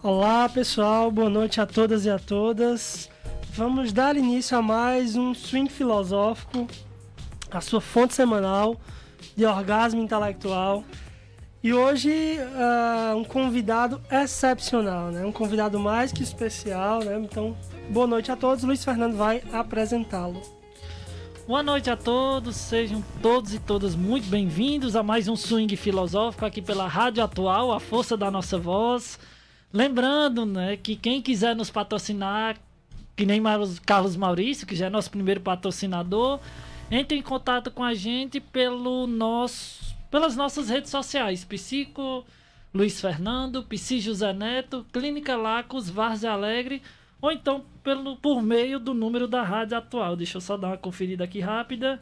Olá pessoal, boa noite a todas e a todas. Vamos dar início a mais um Swing Filosófico, a sua fonte semanal de orgasmo intelectual. E hoje um convidado excepcional, né? Um convidado mais que especial, né? Então, boa noite a todos, Luiz Fernando vai apresentá-lo. Boa noite a todos, sejam todos e todas muito bem-vindos a mais um Swing Filosófico aqui pela Rádio Atual, a força da nossa voz. Lembrando, né, que quem quiser nos patrocinar, que nem Carlos Maurício, que já é nosso primeiro patrocinador, entre em contato com a gente pelas nossas redes sociais, Psico Luiz Fernando, Psi José Neto, Clínica Lacos, Várzea Alegre, ou então por meio do número da Rádio Atual. Deixa eu só dar uma conferida aqui rápida.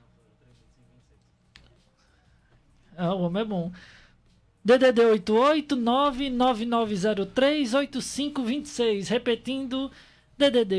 O homem é bom. DDD 88999038526. Repetindo, DDD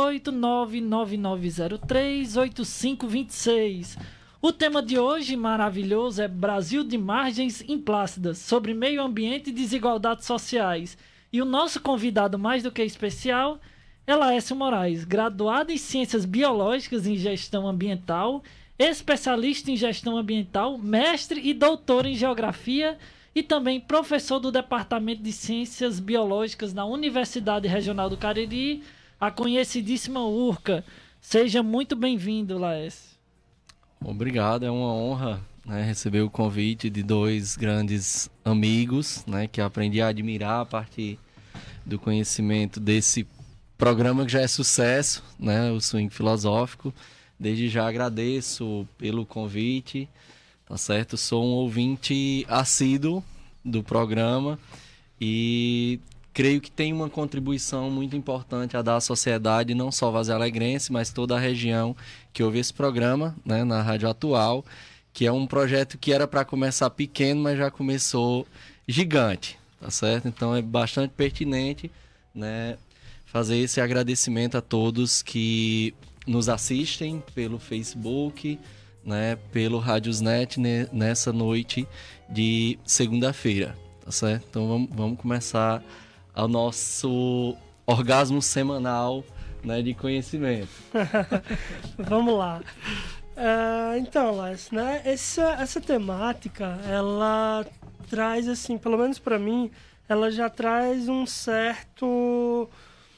88999038526. O tema de hoje maravilhoso é Brasil de Margens Implácidas, sobre meio ambiente e desigualdades sociais. E o nosso convidado mais do que especial é Laércio Moraes, graduado em Ciências Biológicas em Gestão Ambiental, especialista em Gestão Ambiental, mestre e doutor em Geografia e também professor do Departamento de Ciências Biológicas na Universidade Regional do Cariri, a conhecidíssima URCA. Seja muito bem-vindo, Laércio. Obrigado, é uma honra, né, receber o convite de dois grandes amigos, né, que aprendi a admirar a partir do conhecimento desse programa que já é sucesso, né, o Swing Filosófico. Desde já agradeço pelo convite, tá certo? Sou um ouvinte assíduo do programa e creio que tem uma contribuição muito importante a dar à sociedade, não só vazialegrense, mas toda a região que ouve esse programa, né, na Rádio Atual, que é um projeto que era para começar pequeno, mas já começou gigante, tá certo? Então é bastante pertinente, né, fazer esse agradecimento a todos que nos assistem pelo Facebook, né, pelo Radiosnet nessa noite de segunda-feira, tá certo? Então vamos começar o nosso orgasmo semanal, né, de conhecimento. Vamos lá. Então, Laércio, né, essa temática, ela traz, assim, pelo menos para mim, ela já traz um certo...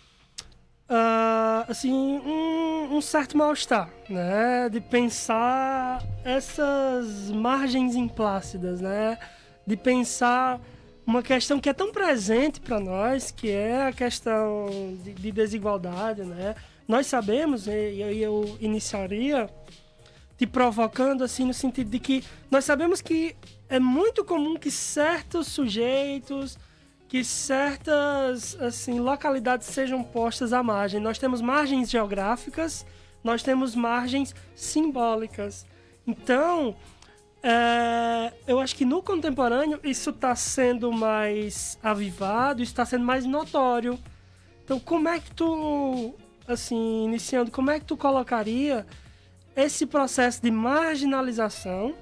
um certo mal-estar, né? De pensar essas margens implácidas, né? De pensar uma questão que é tão presente para nós, que é a questão de desigualdade, né? Nós sabemos, e eu iniciaria te provocando assim no sentido de que nós sabemos que é muito comum que certos sujeitos, que certas assim, localidades sejam postas à margem. Nós temos margens geográficas, nós temos margens simbólicas. Então, eu acho que no contemporâneo isso está sendo mais avivado, isso está sendo mais notório. Então, como é que tu, assim, iniciando, como é que tu colocaria esse processo de marginalização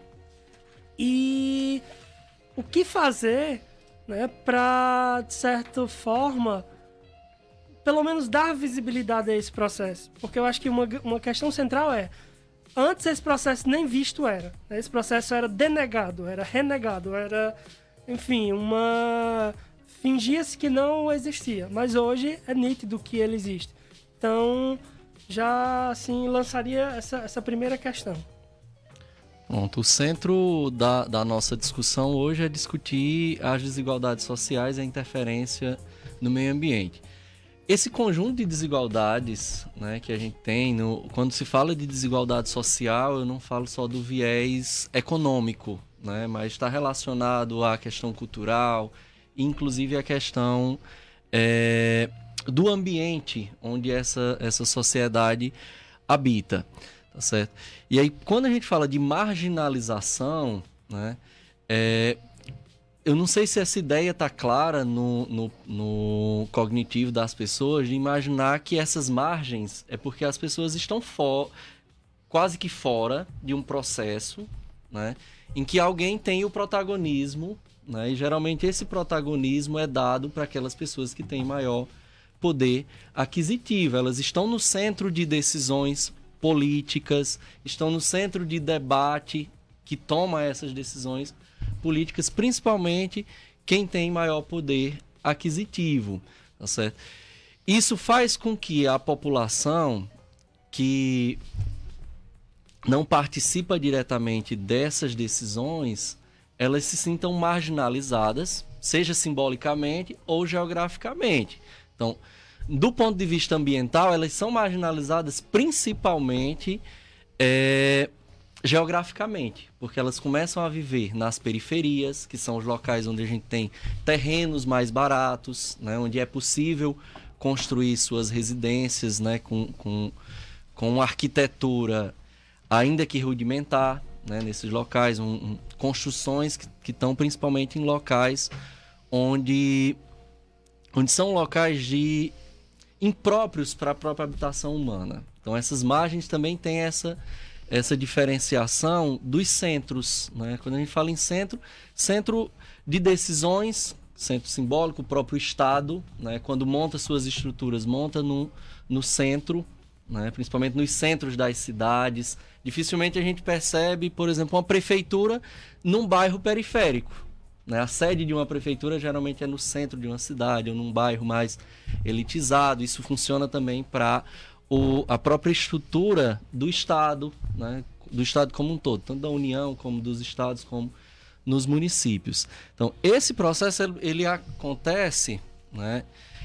e o que fazer, né, para, de certa forma, pelo menos dar visibilidade a esse processo? Porque eu acho que uma questão central antes esse processo nem visto era, né? Esse processo era denegado, era renegado, era, enfim, fingia-se que não existia, mas hoje é nítido que ele existe. Então, já, assim, lançaria essa primeira questão. Pronto, o centro da nossa discussão hoje é discutir as desigualdades sociais e a interferência no meio ambiente. Esse conjunto de desigualdades, né, que a gente tem, quando se fala de desigualdade social, eu não falo só do viés econômico, né, mas está relacionado à questão cultural, inclusive à questão do ambiente onde essa sociedade habita. Tá certo? E aí, quando a gente fala de marginalização, né, eu não sei se essa ideia está clara no cognitivo das pessoas, de imaginar que essas margens é porque as pessoas estão quase que fora de um processo, né, em que alguém tem o protagonismo, né? E geralmente esse protagonismo é dado para aquelas pessoas que têm maior poder aquisitivo. Elas estão no centro de decisões políticas, estão no centro de debate que toma essas decisões políticas, principalmente quem tem maior poder aquisitivo, tá certo? Isso faz com que a população que não participa diretamente dessas decisões, elas se sintam marginalizadas, seja simbolicamente ou geograficamente. Então, do ponto de vista ambiental, elas são marginalizadas principalmente geograficamente, porque elas começam a viver nas periferias, que são os locais onde a gente tem terrenos mais baratos, né, onde é possível construir suas residências, né, com uma arquitetura ainda que rudimentar, né, nesses locais, construções que estão principalmente em locais onde são locais impróprios para a própria habitação humana. Então essas margens também têm essa diferenciação dos centros, né? Quando a gente fala em centro de decisões, centro simbólico, o próprio Estado, né? Quando monta suas estruturas, monta no centro, né? Principalmente nos centros das cidades. Dificilmente a gente percebe, por exemplo, uma prefeitura num bairro periférico, né? A sede de uma prefeitura geralmente é no centro de uma cidade ou num bairro mais elitizado. Isso funciona também para a própria estrutura do Estado, né? Do Estado como um todo, tanto da União como dos estados, como nos municípios. Então, esse processo ele acontece, né,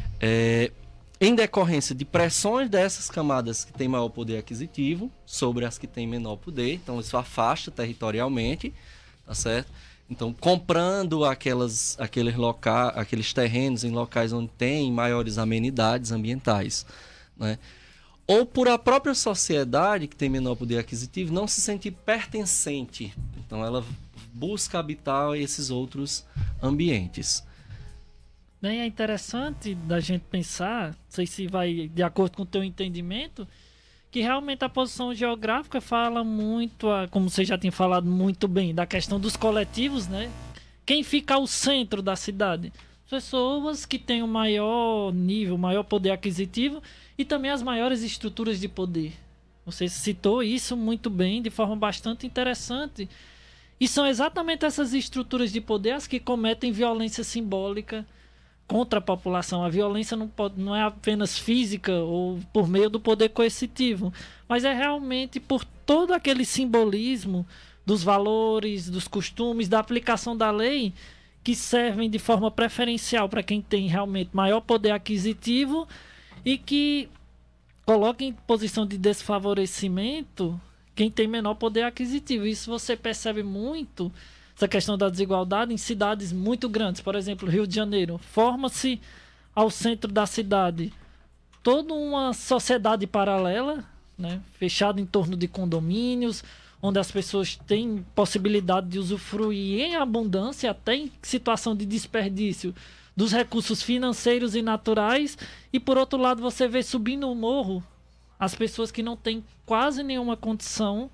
em decorrência de pressões dessas camadas que têm maior poder aquisitivo sobre as que têm menor poder. Então, isso afasta territorialmente, tá certo? Então, comprando aqueles terrenos em locais onde tem maiores amenidades ambientais, né? Ou por a própria sociedade, que tem menor poder aquisitivo, não se sentir pertencente. Então, ela busca habitar esses outros ambientes. Bem, é interessante da gente pensar, não sei se vai de acordo com o teu entendimento, que realmente a posição geográfica fala muito, como você já tinha falado muito bem, da questão dos coletivos, né? Quem fica ao centro da cidade? Pessoas que têm o maior nível, o maior poder aquisitivo e também as maiores estruturas de poder. Você citou isso muito bem, de forma bastante interessante. E são exatamente essas estruturas de poder as que cometem violência simbólica contra a população. A violência não é apenas física ou por meio do poder coercitivo, mas é realmente por todo aquele simbolismo dos valores, dos costumes, da aplicação da lei, que servem de forma preferencial para quem tem realmente maior poder aquisitivo e que coloca em posição de desfavorecimento quem tem menor poder aquisitivo. Isso você percebe muito, essa questão da desigualdade, em cidades muito grandes. Por exemplo, Rio de Janeiro. Forma-se ao centro da cidade toda uma sociedade paralela, né, fechada em torno de condomínios, onde as pessoas têm possibilidade de usufruir em abundância, até em situação de desperdício, dos recursos financeiros e naturais. E por outro lado, você vê subindo o morro as pessoas que não têm quase nenhuma condição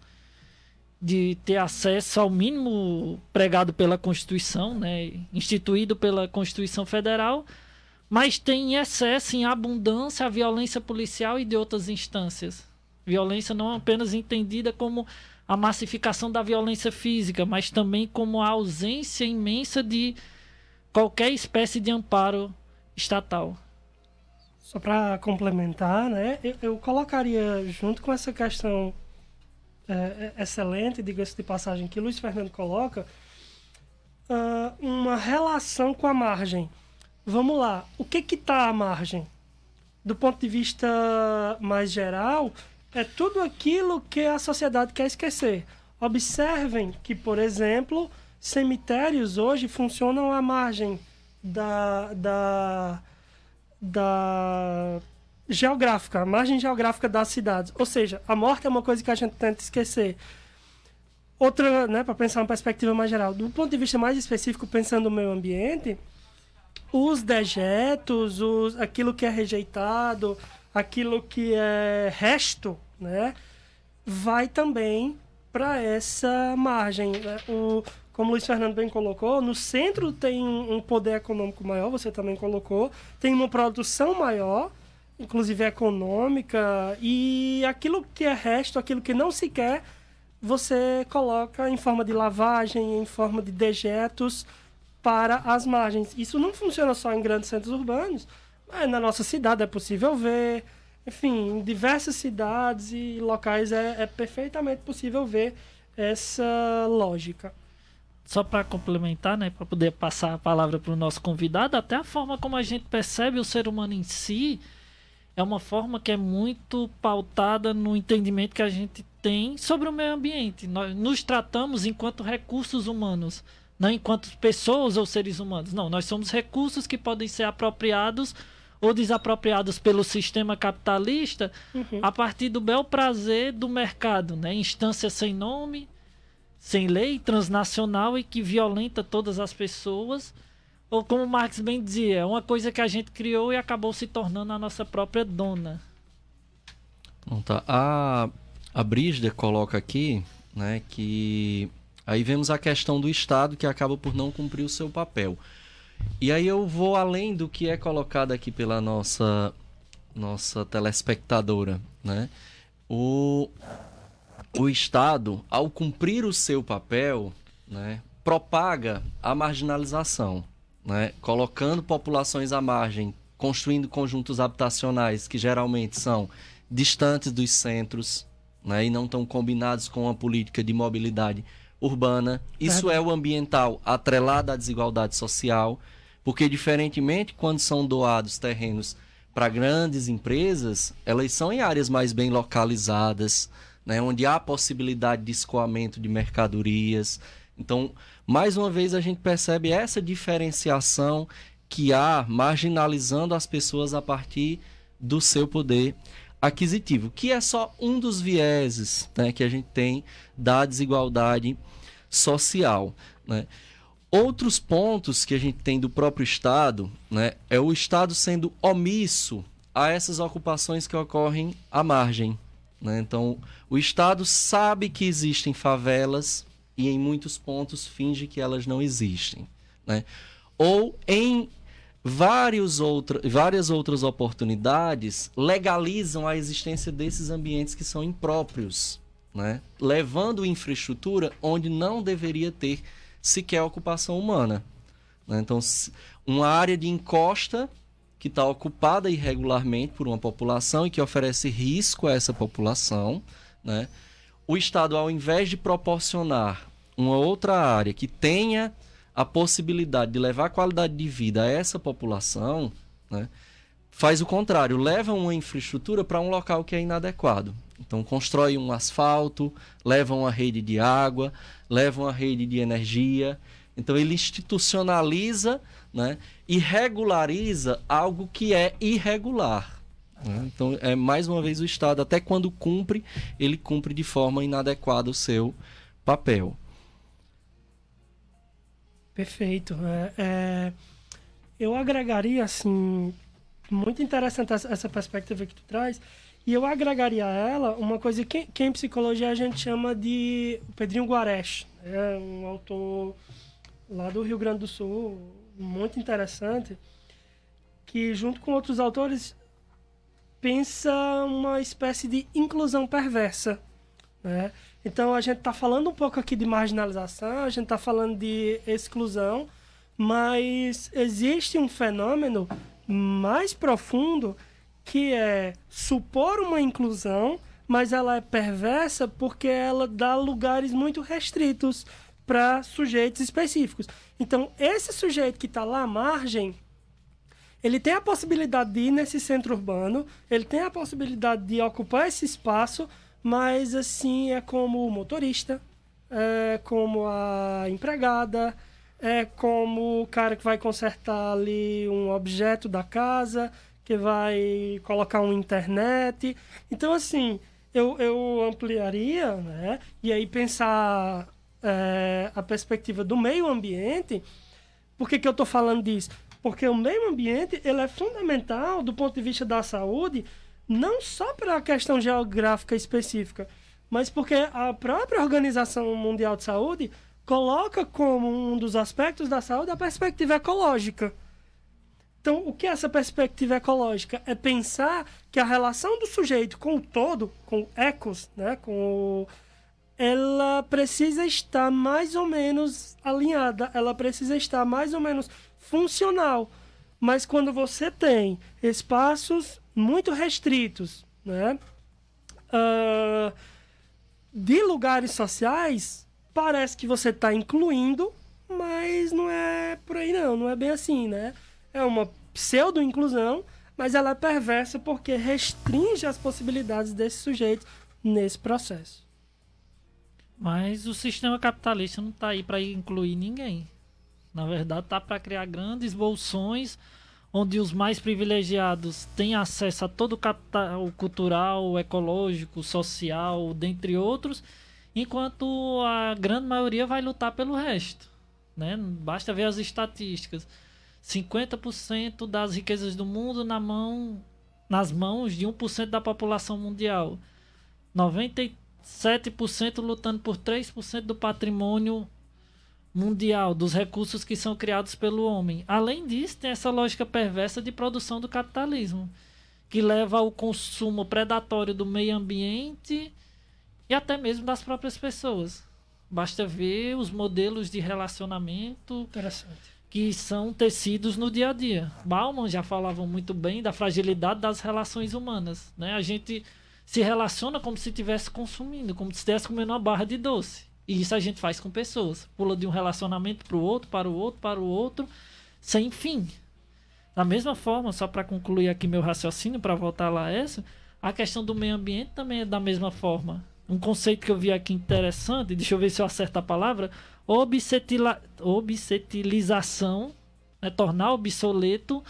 de ter acesso ao mínimo pregado pela Constituição, né, instituído pela Constituição Federal, mas tem em excesso, em abundância, a violência policial e de outras instâncias. Violência não apenas entendida como a massificação da violência física, mas também como a ausência imensa de qualquer espécie de amparo estatal. Só para complementar, né, eu colocaria junto com essa questão excelente, diga-se de passagem, que Luiz Fernando coloca, uma relação com a margem. Vamos lá, o que está à margem? Do ponto de vista mais geral, é tudo aquilo que a sociedade quer esquecer. Observem que, por exemplo, cemitérios hoje funcionam à margem da geográfica, a margem geográfica das cidades. Ou seja, a morte é uma coisa que a gente tenta esquecer. Outra, né, para pensar uma perspectiva mais geral, do ponto de vista mais específico, pensando no meio ambiente, os dejetos, aquilo que é rejeitado, aquilo que é resto, né, vai também para essa margem. Como o Luiz Fernando bem colocou, no centro tem um poder econômico maior, você também colocou, tem uma produção maior, inclusive econômica, e aquilo que é resto, aquilo que não se quer, você coloca em forma de lavagem, em forma de dejetos para as margens. Isso não funciona só em grandes centros urbanos, mas na nossa cidade é possível ver. Enfim, em diversas cidades e locais é perfeitamente possível ver essa lógica. Só para complementar, né, para poder passar a palavra para o nosso convidado, até a forma como a gente percebe o ser humano em si é uma forma que é muito pautada no entendimento que a gente tem sobre o meio ambiente. Nós nos tratamos enquanto recursos humanos, não enquanto pessoas ou seres humanos. Não, nós somos recursos que podem ser apropriados ou desapropriados pelo sistema capitalista a partir do bel prazer do mercado, né? Instância sem nome, sem lei, transnacional e que violenta todas as pessoas. Ou como Marx bem dizia, é uma coisa que a gente criou e acabou se tornando a nossa própria dona. Então, tá. A Brígida coloca aqui, né, que aí vemos a questão do Estado que acaba por não cumprir o seu papel. E aí eu vou além do que é colocado aqui pela nossa telespectadora, né? O Estado, ao cumprir o seu papel, né, propaga a marginalização, né, colocando populações à margem, construindo conjuntos habitacionais que geralmente são distantes dos centros, né, e não estão combinados com a política de mobilidade urbana. Isso é o ambiental atrelado à desigualdade social, porque diferentemente quando são doados terrenos para grandes empresas, elas são em áreas mais bem localizadas, né, onde há possibilidade de escoamento de mercadorias. Então, mais uma vez a gente percebe essa diferenciação que há marginalizando as pessoas a partir do seu poder aquisitivo, que é só um dos vieses, né, que a gente tem da desigualdade social, né? Outros pontos que a gente tem do próprio Estado, né, é o Estado sendo omisso a essas ocupações que ocorrem à margem, né? Então, o Estado sabe que existem favelas e em muitos pontos finge que elas não existem, né? Ou em várias outras oportunidades legalizam a existência desses ambientes que são impróprios, né, levando infraestrutura onde não deveria ter sequer ocupação humana, né? Então, uma área de encosta que está ocupada irregularmente por uma população e que oferece risco a essa população, né? O Estado, ao invés de proporcionar uma outra área que tenha a possibilidade de levar qualidade de vida a essa população, né, faz o contrário, leva uma infraestrutura para um local que é inadequado. Então, constrói um asfalto, leva uma rede de água, leva uma rede de energia. Então, ele institucionaliza, né, e regulariza algo que é irregular, né? Então, mais uma vez, o Estado, até quando cumpre, ele cumpre de forma inadequada o seu papel. Perfeito. Eu agregaria, assim, muito interessante essa perspectiva que tu traz, e eu agregaria a ela uma coisa que em psicologia a gente chama de Pedrinho Guaresh, é um autor lá do Rio Grande do Sul, muito interessante, que junto com outros autores pensa uma espécie de inclusão perversa, né? Então, a gente está falando um pouco aqui de marginalização, a gente está falando de exclusão, mas existe um fenômeno mais profundo que é supor uma inclusão, mas ela é perversa porque ela dá lugares muito restritos para sujeitos específicos. Então, esse sujeito que está lá à margem, ele tem a possibilidade de ir nesse centro urbano, ele tem a possibilidade de ocupar esse espaço, mas assim é como o motorista, é como a empregada, é como o cara que vai consertar ali um objeto da casa, que vai colocar uma internet. Então, assim, eu ampliaria, né? E aí pensar a perspectiva do meio ambiente. Por que eu estou falando disso? Porque o meio ambiente ele é fundamental do ponto de vista da saúde, não só para a questão geográfica específica, mas porque a própria Organização Mundial de Saúde coloca como um dos aspectos da saúde a perspectiva ecológica. Então, o que é essa perspectiva ecológica? É pensar que a relação do sujeito com o todo, com o ecos, né, ela precisa estar mais ou menos alinhada, ela precisa estar mais ou menos funcional. Mas quando você tem espaços muito restritos, né, de lugares sociais, parece que você está incluindo, mas não é por aí não é bem assim, né? É uma pseudo-inclusão, mas ela é perversa porque restringe as possibilidades desse sujeito nesse processo. Mas o sistema capitalista não está aí para incluir ninguém. Na verdade, está para criar grandes bolsões onde os mais privilegiados têm acesso a todo o capital cultural, ecológico, social, dentre outros, enquanto a grande maioria vai lutar pelo resto, né? Basta ver as estatísticas. 50% das riquezas do mundo nas mãos de 1% da população mundial. 97% lutando por 3% do patrimônio mundial, dos recursos que são criados pelo homem. Além disso, tem essa lógica perversa de produção do capitalismo, que leva ao consumo predatório do meio ambiente e até mesmo das próprias pessoas. Basta ver os modelos de relacionamento que são tecidos no dia a dia. Bauman já falava muito bem da fragilidade das relações humanas, né? A gente se relaciona como se estivesse consumindo, como se estivesse comendo uma barra de doce. E isso a gente faz com pessoas. Pula de um relacionamento para o outro, para o outro, para o outro, sem fim. Da mesma forma, só para concluir aqui meu raciocínio, para voltar lá a essa, a questão do meio ambiente também é da mesma forma. Um conceito que eu vi aqui interessante, deixa eu ver se eu acerto a palavra, obsetilização, né, tornar obsoleto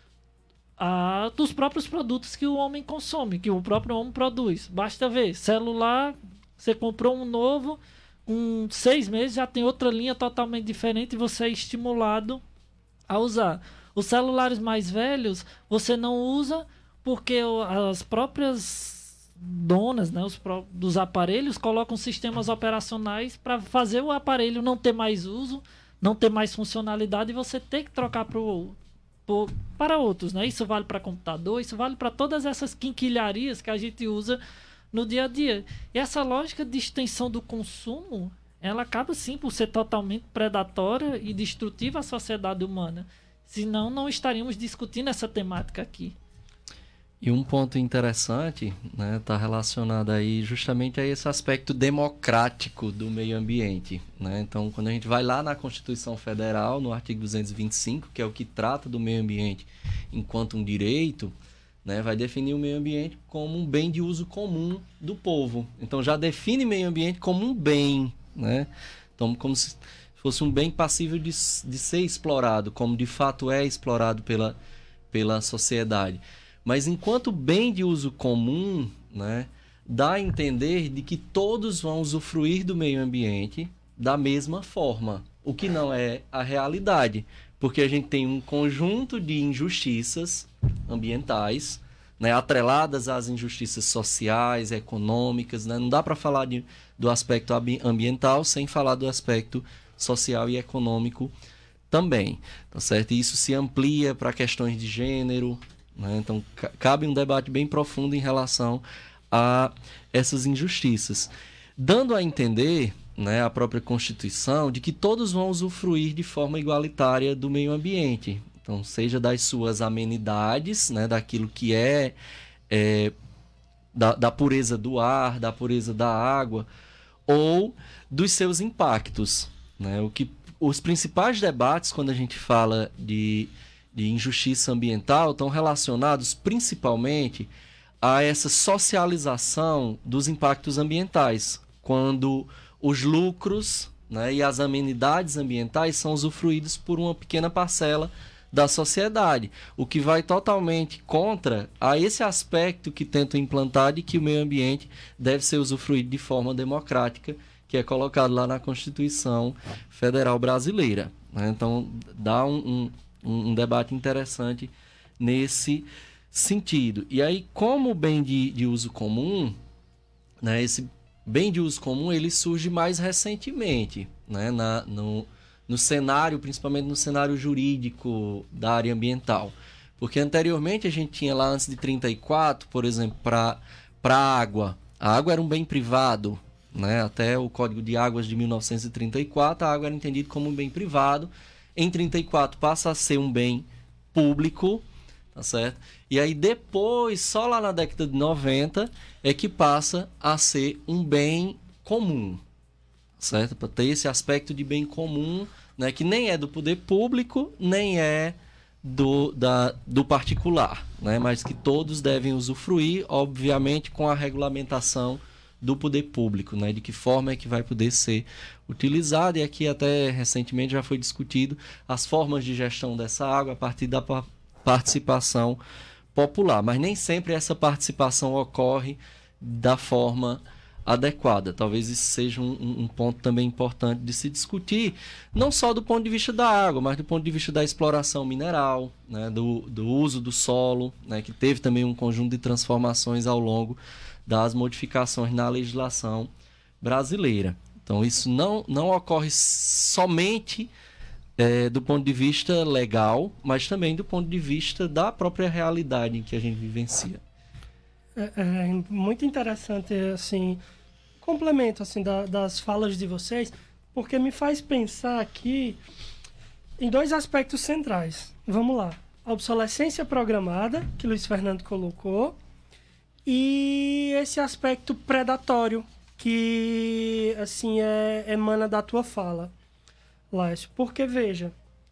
dos próprios produtos que o homem consome, que o próprio homem produz. Basta ver, celular, você comprou um novo, com 6 meses já tem outra linha totalmente diferente e você é estimulado a usar. Os celulares mais velhos você não usa porque as próprias donas, né, dos aparelhos colocam sistemas operacionais para fazer o aparelho não ter mais uso, não ter mais funcionalidade e você ter que trocar para outros, né? Isso vale para computador, isso vale para todas essas quinquilharias que a gente usa no dia a dia. E essa lógica de extensão do consumo, ela acaba sim por ser totalmente predatória e destrutiva à sociedade humana. Senão não estaríamos discutindo essa temática aqui. E um ponto interessante, né, está relacionado aí justamente a esse aspecto democrático do meio ambiente, né? Então, quando a gente vai lá na Constituição Federal, no artigo 225, que é o que trata do meio ambiente enquanto um direito, né, vai definir o meio ambiente como um bem de uso comum do povo. Então, já define meio ambiente como um bem, né? Então, como se fosse um bem passível de ser explorado, como de fato é explorado pela sociedade. Mas enquanto bem de uso comum, né, dá a entender de que todos vão usufruir do meio ambiente da mesma forma, o que não é a realidade, porque a gente tem um conjunto de injustiças ambientais, né, atreladas às injustiças sociais, econômicas, né? Não dá para falar do aspecto ambiental sem falar do aspecto social e econômico também, tá certo? E isso se amplia para questões de gênero, né? Então, cabe um debate bem profundo em relação a essas injustiças, dando a entender, né, a própria Constituição, de que todos vão usufruir de forma igualitária do meio ambiente. Então, seja das suas amenidades, né, daquilo que da pureza do ar, da pureza da água, ou dos seus impactos, né? Os principais debates, quando a gente fala de injustiça ambiental, estão relacionados principalmente a essa socialização dos impactos ambientais, quando os lucros, né, e as amenidades ambientais são usufruídos por uma pequena parcela da sociedade, o que vai totalmente contra a esse aspecto que tentam implantar de que o meio ambiente deve ser usufruído de forma democrática, que é colocado lá na Constituição Federal Brasileira, né? Então, dá um debate interessante nesse sentido. E aí, como bem de uso comum, né, bem de uso comum ele surge mais recentemente, né? No cenário, principalmente no cenário jurídico da área ambiental. Porque anteriormente a gente tinha lá antes de 34, por exemplo, para a água. A água era um bem privado, né? Até o Código de Águas de 1934, a água era entendida como um bem privado. Em 34 passa a ser um bem público, tá certo? E aí depois, só lá na década de 90, é que passa a ser um bem comum, certo? Para ter esse aspecto de bem comum, né? Que nem é do poder público, nem é do particular, né? Mas que todos devem usufruir, obviamente, com a regulamentação do poder público, né? De que forma é que vai poder ser utilizado. E aqui até recentemente já foi discutido as formas de gestão dessa água a partir da participação popular. Mas nem sempre essa participação ocorre da forma adequada. Talvez isso seja um ponto também importante de se discutir, não só do ponto de vista da água, mas do ponto de vista da exploração mineral, né? do uso do solo, né? Que teve também um conjunto de transformações ao longo das modificações na legislação brasileira. Então isso não ocorre somente do ponto de vista legal, mas também do ponto de vista da própria realidade em que a gente vivencia. É muito interessante, assim, complemento assim, das falas de vocês, porque me faz pensar aqui em dois aspectos centrais. Vamos lá. A obsolescência programada, que Luiz Fernando colocou, e esse aspecto predatório que, assim, emana da tua fala, Laércio. Porque, veja,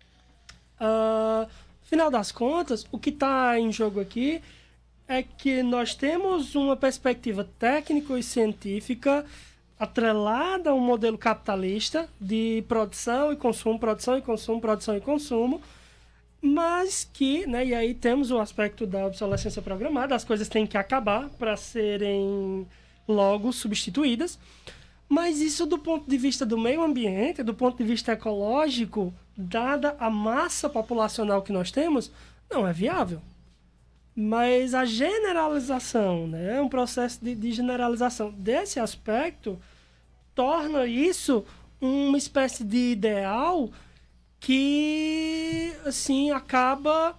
final das contas, o que está em jogo aqui é que nós temos uma perspectiva técnica e científica atrelada a um modelo capitalista de produção e consumo, produção e consumo, produção e consumo, mas que, né, e aí temos o aspecto da obsolescência programada, as coisas têm que acabar para serem logo substituídas, mas isso do ponto de vista do meio ambiente, do ponto de vista ecológico, dada a massa populacional que nós temos, não é viável. Mas a generalização, né, um processo de generalização desse aspecto torna isso uma espécie de ideal que, assim, acaba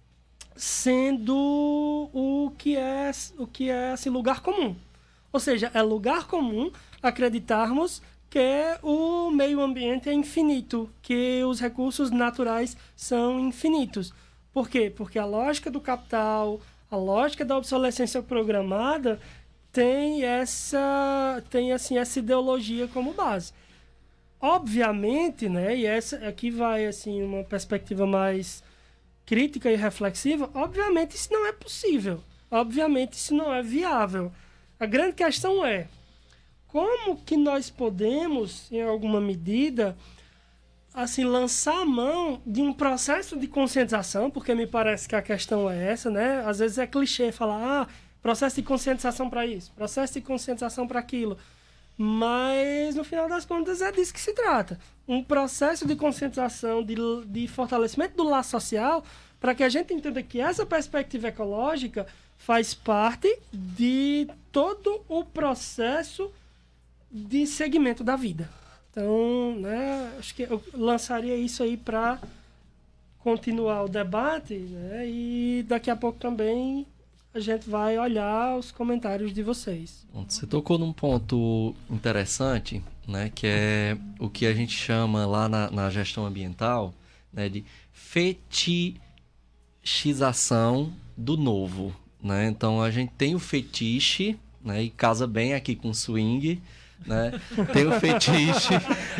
sendo o que é assim, lugar comum. Ou seja, é lugar comum acreditarmos que o meio ambiente é infinito, que os recursos naturais são infinitos. Por quê? Porque a lógica do capital, a lógica da obsolescência programada tem essa ideologia como base. Obviamente, né, e essa aqui vai assim uma perspectiva mais crítica e reflexiva, obviamente isso não é possível. Obviamente isso não é viável. A grande questão é como que nós podemos, em alguma medida, assim, lançar a mão de um processo de conscientização, porque me parece que a questão é essa, né? Às vezes é clichê falar, processo de conscientização para isso, processo de conscientização para aquilo. Mas, no final das contas, é disso que se trata. Um processo de conscientização, de fortalecimento do laço social, para que a gente entenda que essa perspectiva ecológica faz parte de todo o processo de segmento da vida. Então, né, acho que eu lançaria isso aí para continuar o debate, né, e daqui a pouco também a gente vai olhar os comentários de vocês. Você tocou num ponto interessante, né, que é o que a gente chama lá na gestão ambiental, né, de fetichização do novo, né? Então a gente tem o fetiche, né, e casa bem aqui com swing, né? Tem o fetiche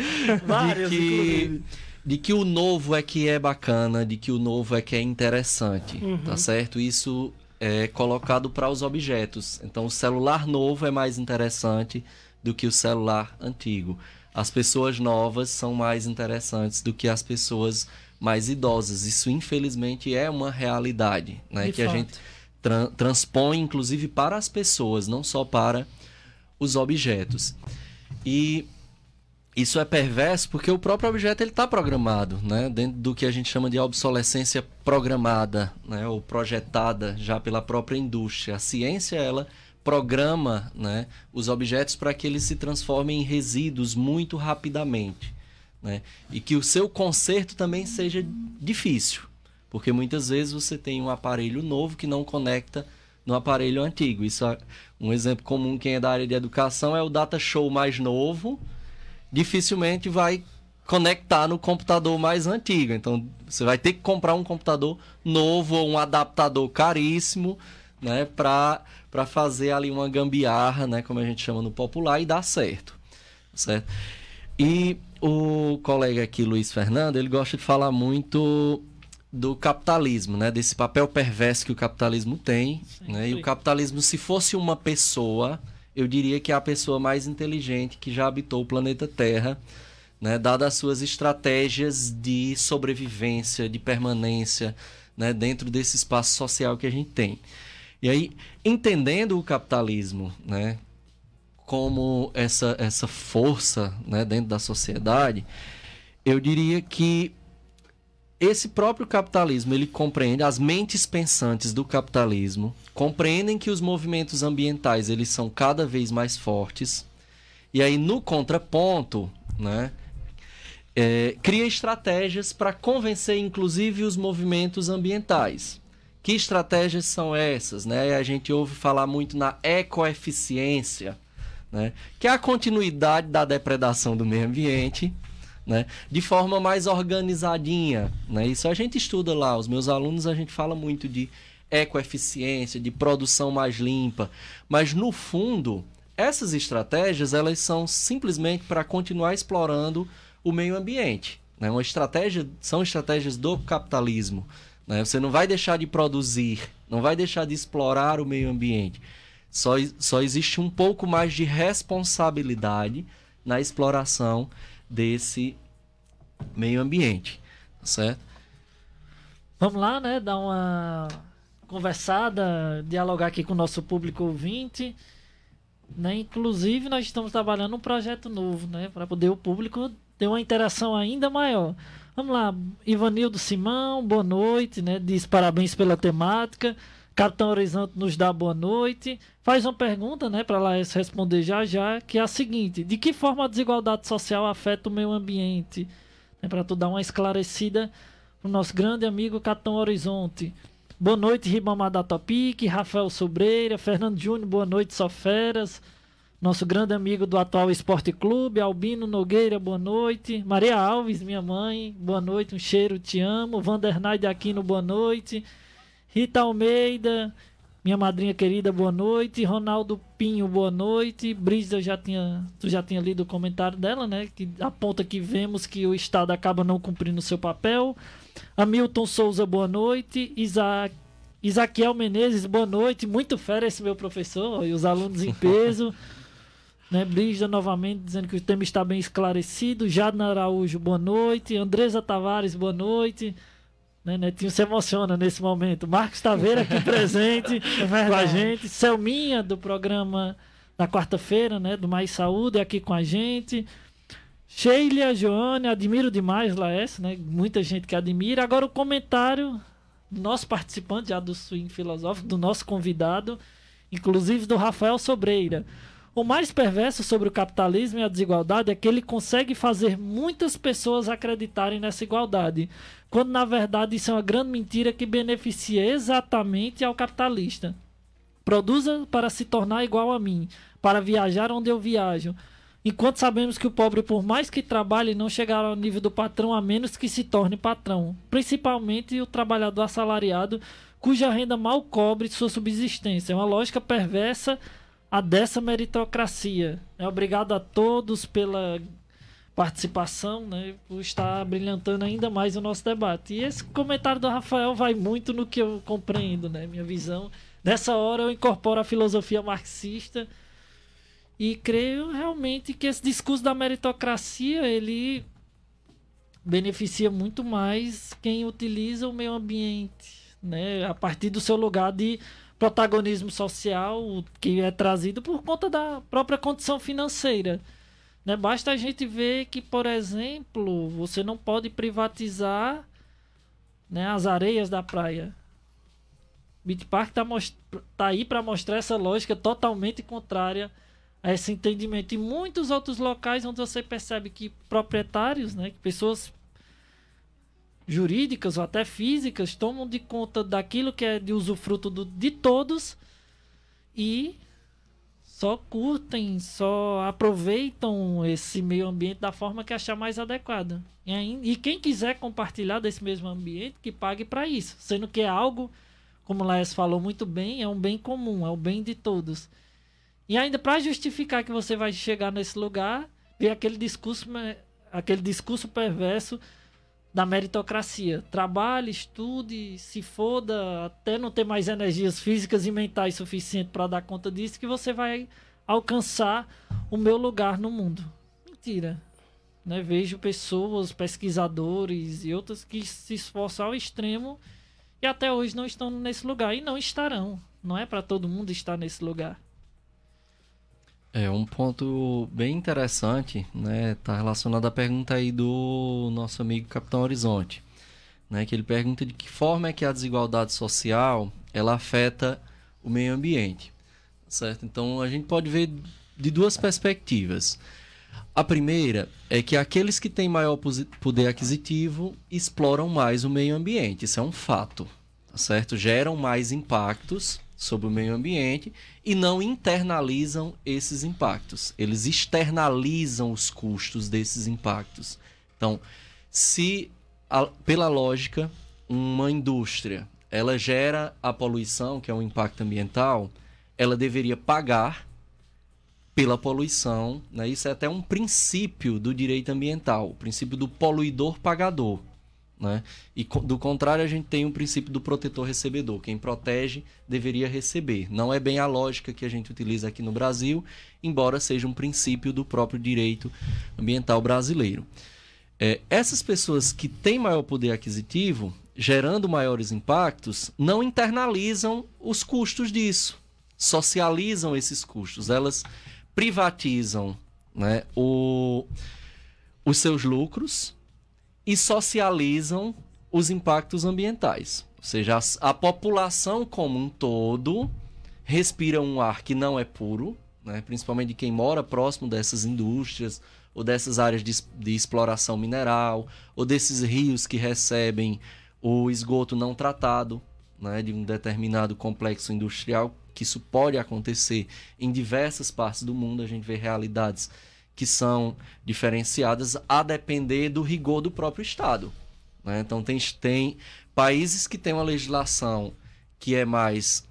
de que o novo é que é bacana, de que o novo é que é interessante, tá certo? Isso é colocado para os objetos. Então o celular novo é mais interessante do que o celular antigo. As pessoas novas são mais interessantes do que as pessoas mais idosas. Isso infelizmente é uma realidade, né? Que a gente transpõe inclusive para as pessoas, não só para os objetos. E isso é perverso porque o próprio objeto está programado, né? Dentro do que a gente chama de obsolescência programada, né? Ou projetada já pela própria indústria. A ciência ela programa, né, os objetos para que eles se transformem em resíduos muito rapidamente, né, e que o seu conserto também seja difícil, porque muitas vezes você tem um aparelho novo que não conecta no aparelho antigo. Isso é um exemplo comum. Quem é da área de educação é o data show mais novo, dificilmente vai conectar no computador mais antigo. Então, você vai ter que comprar um computador novo ou um adaptador caríssimo, né, para fazer ali uma gambiarra, né, como a gente chama no popular, e dar certo, certo? E o colega aqui, Luiz Fernando, ele gosta de falar muito do capitalismo, né, desse papel perverso que o capitalismo tem, né? E o capitalismo, se fosse uma pessoa, eu diria que é a pessoa mais inteligente que já habitou o planeta Terra, né, dadas as suas estratégias de sobrevivência, de permanência, né, dentro desse espaço social que a gente tem. E aí, entendendo o capitalismo, né, como essa força, né, dentro da sociedade, eu diria que esse próprio capitalismo, ele compreende, as mentes pensantes do capitalismo compreendem que os movimentos ambientais, eles são cada vez mais fortes, e aí no contraponto, né, cria estratégias para convencer inclusive os movimentos ambientais. Que estratégias são essas, né? A gente ouve falar muito na ecoeficiência, né, que é a continuidade da depredação do meio ambiente, né, de forma mais organizadinha, né? Isso a gente estuda lá, os meus alunos, a gente fala muito de ecoeficiência, de produção mais limpa, mas no fundo essas estratégias, elas são simplesmente para continuar explorando o meio ambiente, né? São estratégias do capitalismo, né? Você não vai deixar de produzir, não vai deixar de explorar o meio ambiente, só existe um pouco mais de responsabilidade na exploração desse meio ambiente, certo? Vamos lá, né? Dar uma conversada, dialogar aqui com o nosso público ouvinte, né? Inclusive, nós estamos trabalhando um projeto novo, né, para poder o público ter uma interação ainda maior. Vamos lá, Ivanildo Simão, boa noite, né? Diz parabéns pela temática. Capitão Horizonte nos dá boa noite. Faz uma pergunta, né, para Laércio responder já, que é a seguinte: de que forma a desigualdade social afeta o meio ambiente? Para tu dar uma esclarecida para o nosso grande amigo Capitão Horizonte. Boa noite, Ribamar da Topic, Rafael Sobreira, Fernando Júnior, boa noite, Soferas. Nosso grande amigo do Atual Esporte Clube, Albino Nogueira, boa noite. Maria Alves, minha mãe, boa noite, um cheiro, te amo. Vandernay de Aquino, boa noite. Rita Almeida, minha madrinha querida, boa noite. Ronaldo Pinho, boa noite. Brígida, tu já tinha lido o comentário dela, né? Que aponta que vemos que o Estado acaba não cumprindo o seu papel. Hamilton Souza, boa noite. Isaquiel Menezes, boa noite. Muito fera esse meu professor, e os alunos em peso. Né? Brígida novamente dizendo que o tema está bem esclarecido. Jadna Araújo, boa noite. Andresa Tavares, boa noite. Né, Netinho se emociona nesse momento. Marcos Taveira aqui presente com a gente. Selminha, do programa da quarta-feira, né, do Mais Saúde, aqui com a gente. Sheila, Joane, admiro demais Laércio, né? Muita gente que admira. Agora o comentário do nosso participante já do Swing Filosófico, do nosso convidado, inclusive do Rafael Sobreira. O mais perverso sobre o capitalismo e a desigualdade é que ele consegue fazer muitas pessoas acreditarem nessa igualdade, quando na verdade isso é uma grande mentira que beneficia exatamente ao capitalista. Produza para se tornar igual a mim, para viajar onde eu viajo, enquanto sabemos que o pobre, por mais que trabalhe, não chegará ao nível do patrão a menos que se torne patrão, principalmente o trabalhador assalariado, cuja renda mal cobre sua subsistência. É uma lógica perversa a dessa meritocracia. Obrigado a todos pela participação, né, por estar brilhantando ainda mais o nosso debate. E esse comentário do Rafael vai muito no que eu compreendo, né, minha visão. Nessa hora eu incorporo a filosofia marxista e creio realmente que esse discurso da meritocracia, ele beneficia muito mais quem utiliza o meio ambiente, né, a partir do seu lugar de protagonismo social que é trazido por conta da própria condição financeira, né? Basta a gente ver que, por exemplo, você não pode privatizar, né, as areias da praia. Beach Park tá aí para mostrar essa lógica totalmente contrária a esse entendimento. E muitos outros locais onde você percebe que proprietários, né, que pessoas jurídicas ou até físicas tomam de conta daquilo que é de usufruto de todos e só curtem, só aproveitam esse meio ambiente da forma que achar mais adequada. E quem quiser compartilhar desse mesmo ambiente, que pague para isso. Sendo que é algo, como o Laes falou muito bem, é um bem comum, é o bem de todos. E ainda para justificar que você vai chegar nesse lugar, vem aquele discurso perverso da meritocracia. Trabalhe, estude, se foda, até não ter mais energias físicas e mentais suficientes para dar conta disso, que você vai alcançar o meu lugar no mundo. Mentira. Né? Vejo pessoas, pesquisadores e outros que se esforçam ao extremo e até hoje não estão nesse lugar. E não estarão. Não é para todo mundo estar nesse lugar. É um ponto bem interessante, né? Tá relacionado à pergunta aí do nosso amigo Capitão Horizonte, né? Que ele pergunta de que forma é que a desigualdade social ela afeta o meio ambiente, certo? Então a gente pode ver de duas perspectivas. A primeira é que aqueles que têm maior poder aquisitivo exploram mais o meio ambiente, isso é um fato, tá certo? Geram mais impactos sobre o meio ambiente e não internalizam esses impactos. Eles externalizam os custos desses impactos. Então, pela lógica, uma indústria, ela gera a poluição, que é um impacto ambiental, ela deveria pagar pela poluição, né? Isso é até um princípio do direito ambiental, o princípio do poluidor pagador. Né? E do contrário, a gente tem um princípio do protetor recebedor. Quem protege deveria receber. Não é bem a lógica que a gente utiliza aqui no Brasil, embora seja um princípio do próprio direito ambiental brasileiro. Essas pessoas que têm maior poder aquisitivo, gerando maiores impactos, não internalizam os custos disso, socializam esses custos. Elas privatizam, né, os seus lucros e socializam os impactos ambientais. Ou seja, a população como um todo respira um ar que não é puro, né? Principalmente quem mora próximo dessas indústrias ou dessas áreas de exploração mineral ou desses rios que recebem o esgoto não tratado, né, de um determinado complexo industrial, que isso pode acontecer em diversas partes do mundo. A gente vê realidades que são diferenciadas a depender do rigor do próprio Estado, né? Então, tem países que têm uma legislação que é mais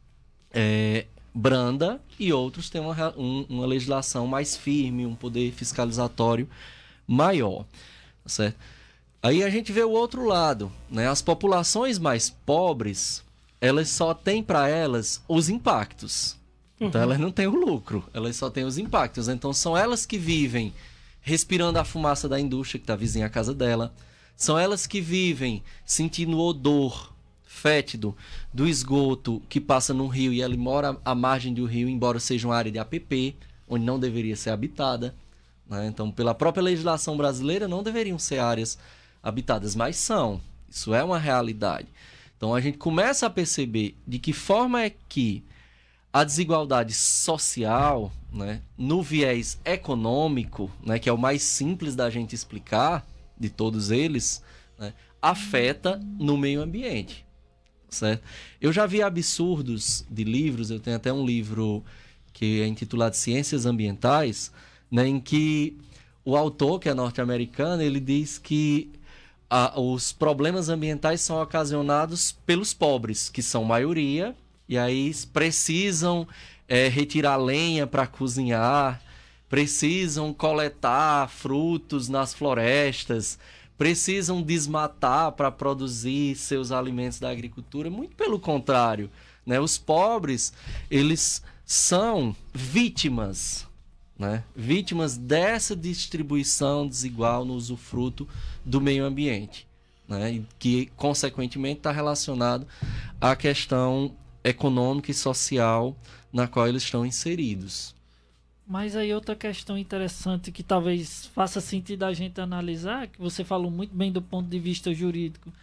branda e outros têm uma legislação mais firme, um poder fiscalizatório maior, certo? Aí a gente vê o outro lado, né? As populações mais pobres, elas só têm para elas os impactos. Então elas não têm o lucro, elas só têm os impactos. Então são elas que vivem respirando a fumaça da indústria que está vizinha à casa dela. São elas que vivem sentindo o odor fétido do esgoto que passa no rio e ela mora à margem do rio, embora seja uma área de APP, onde não deveria ser habitada, né? Então, pela própria legislação brasileira, não deveriam ser áreas habitadas, mas são. Isso é uma realidade. Então a gente começa a perceber de que forma é que a desigualdade social, né, no viés econômico, né, que é o mais simples da gente explicar de todos eles, né, afeta no meio ambiente, certo? Eu já vi absurdos de livros, eu tenho até um livro que é intitulado Ciências Ambientais, né, em que o autor, que é norte-americano, ele diz que os problemas ambientais são ocasionados pelos pobres, que são maioria, e aí precisam retirar lenha para cozinhar, precisam coletar frutos nas florestas, precisam desmatar para produzir seus alimentos da agricultura. Muito pelo contrário, né? Os pobres, eles são vítimas, né? Vítimas dessa distribuição desigual no usufruto do meio ambiente, né? E que, consequentemente, está relacionado à questão econômica e social na qual eles estão inseridos. Mas aí outra questão interessante que talvez faça sentido a gente analisar, que você falou muito bem do ponto de vista jurídico,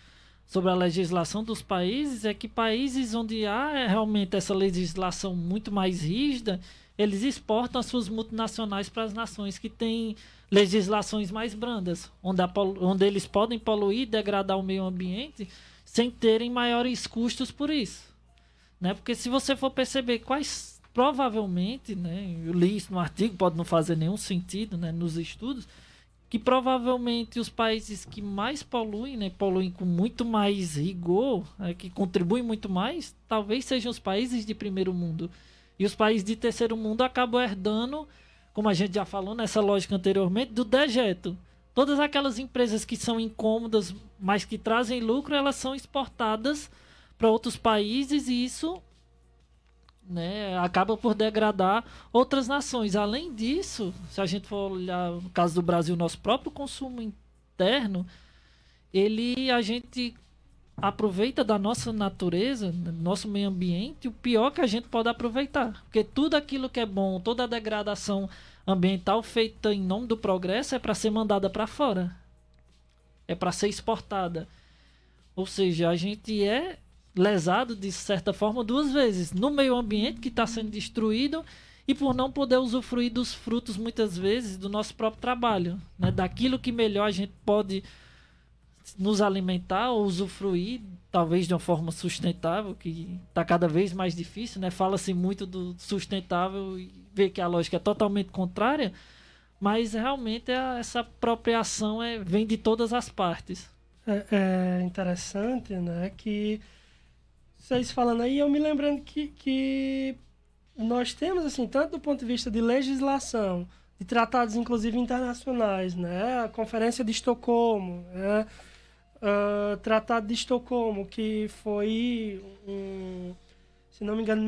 sobre a legislação dos países é que países onde há realmente essa legislação muito mais rígida, eles exportam as suas multinacionais para as nações que têm legislações mais brandas, onde eles podem poluir e degradar o meio ambiente sem terem maiores custos por isso. Né? Porque se você for perceber quais, provavelmente, né, eu li isso no artigo, pode não fazer nenhum sentido, né, nos estudos, que provavelmente os países que mais poluem, né, poluem com muito mais rigor, né, que contribuem muito mais, talvez sejam os países de primeiro mundo. E os países de terceiro mundo acabam herdando, como a gente já falou nessa lógica anteriormente, do dejeto. Todas aquelas empresas que são incômodas, mas que trazem lucro, elas são exportadas para outros países e isso, né, acaba por degradar outras nações. Além disso, se a gente for olhar no caso do Brasil, nosso próprio consumo interno, a gente aproveita da nossa natureza, do nosso meio ambiente, o pior que a gente pode aproveitar. Porque tudo aquilo que é bom, toda a degradação ambiental feita em nome do progresso é para ser mandada para fora. É para ser exportada. Ou seja, a gente é lesado, de certa forma, duas vezes. No meio ambiente, que está sendo destruído, e por não poder usufruir dos frutos, muitas vezes, do nosso próprio trabalho. Né? Daquilo que melhor a gente pode nos alimentar ou usufruir, talvez de uma forma sustentável, que está cada vez mais difícil, né? Fala-se muito do sustentável e vê que a lógica é totalmente contrária, mas realmente essa apropriação vem de todas as partes. É interessante, né, que vocês falando aí, eu me lembrando que nós temos, assim, tanto do ponto de vista de legislação, de tratados, inclusive, internacionais, né, a Conferência de Estocolmo, né, Tratado de Estocolmo, que foi, se não me engano, em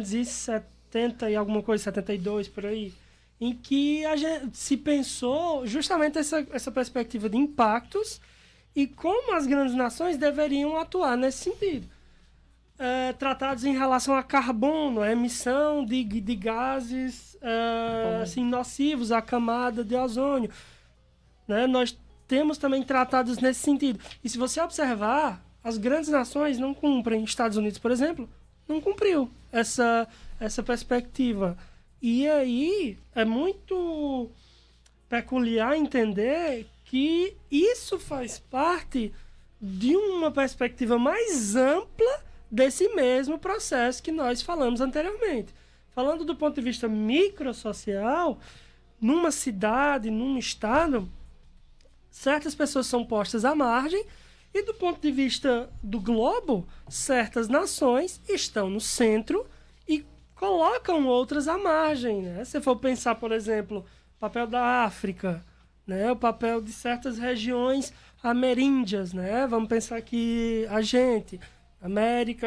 1970 e alguma coisa, 72, por aí, em que a gente se pensou justamente essa perspectiva de impactos e como as grandes nações deveriam atuar nesse sentido. Tratados em relação a carbono, a emissão de gases assim, nocivos à camada de ozônio. Né? Nós temos também tratados nesse sentido. E se você observar, as grandes nações não cumprem. Estados Unidos, por exemplo, não cumpriu essa perspectiva. E aí é muito peculiar entender que isso faz parte de uma perspectiva mais ampla desse mesmo processo que nós falamos anteriormente. Falando do ponto de vista microsocial, numa cidade, num estado, certas pessoas são postas à margem e do ponto de vista do globo, certas nações estão no centro e colocam outras à margem. Né? Se for pensar, por exemplo, o papel da África, né? O papel de certas regiões ameríndias, né? Vamos pensar que a gente, América,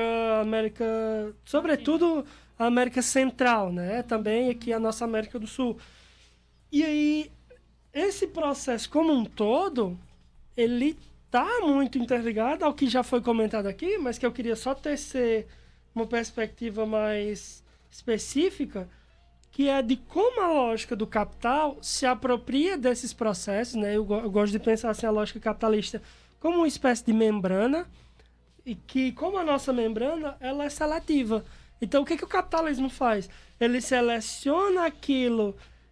sobretudo a América Central, né? Também aqui a nossa América do Sul. E aí, esse processo como um todo, ele está muito interligado ao que já foi comentado aqui, mas que eu queria só tecer uma perspectiva mais específica, que é de como a lógica do capital se apropria desses processos, né? Eu gosto de pensar assim, a lógica capitalista como uma espécie de membrana, e que, como a nossa membrana, ela é seletiva. Então, o que o capitalismo faz? Ele seleciona aquilo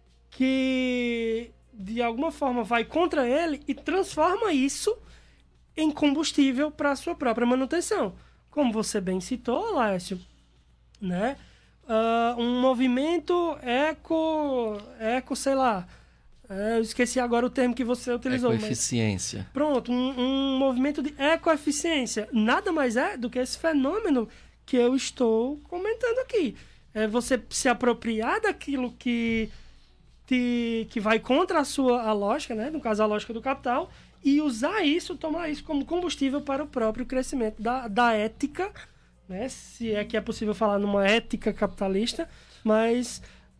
que, de alguma forma, vai contra ele e transforma isso em combustível para a sua própria manutenção. Como você bem citou, Laércio, né? Um movimento sei lá, eu esqueci agora o termo que você utilizou. Ecoeficiência. Mas, pronto, um movimento de ecoeficiência. Nada mais é do que esse fenômeno que eu estou comentando aqui. É você se apropriar daquilo que vai contra a lógica, né? No caso, a lógica do capital, e usar isso, tomar isso como combustível para o próprio crescimento da ética, né? Se é que é possível falar numa ética capitalista, mas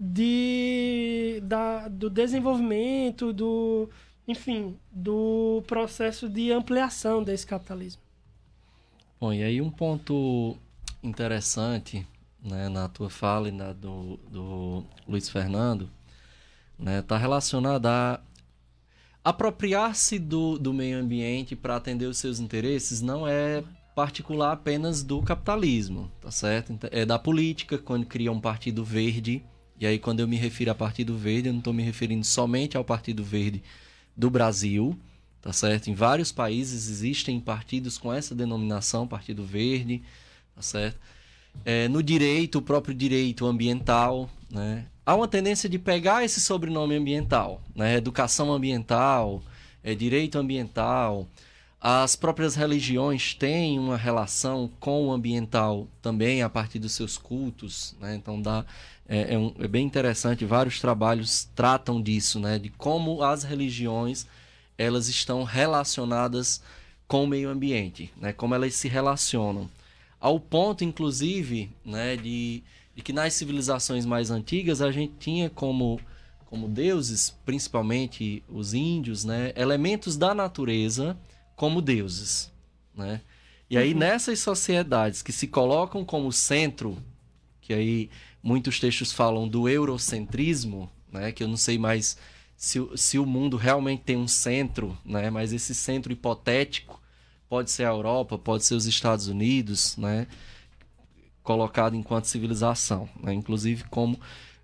do desenvolvimento, enfim, do processo de ampliação desse capitalismo. Bom, e aí um ponto interessante, né, na tua fala e na do Luiz Fernando, né, está relacionado apropriar-se do meio ambiente para atender os seus interesses não é particular apenas do capitalismo, tá certo? É da política, quando cria um Partido Verde. E aí, quando eu me refiro a Partido Verde, eu não estou me referindo somente ao Partido Verde do Brasil, tá certo? Em vários países existem partidos com essa denominação, Partido Verde, tá certo? No direito, o próprio direito ambiental, né? Há uma tendência de pegar esse sobrenome ambiental, né? Educação ambiental, direito ambiental. As próprias religiões têm uma relação com o ambiental também a partir dos seus cultos, né? Então é bem interessante, vários trabalhos tratam disso, né? De como as religiões elas estão relacionadas com o meio ambiente, né? Como elas se relacionam. Ao ponto, inclusive, né, de que nas civilizações mais antigas a gente tinha como deuses, principalmente os índios, né, elementos da natureza como deuses, né? E aí nessas sociedades que se colocam como centro, que aí muitos textos falam do eurocentrismo, né, que eu não sei mais se o mundo realmente tem um centro, né, mas esse centro hipotético pode ser a Europa, pode ser os Estados Unidos, né, colocado enquanto civilização, né, inclusive como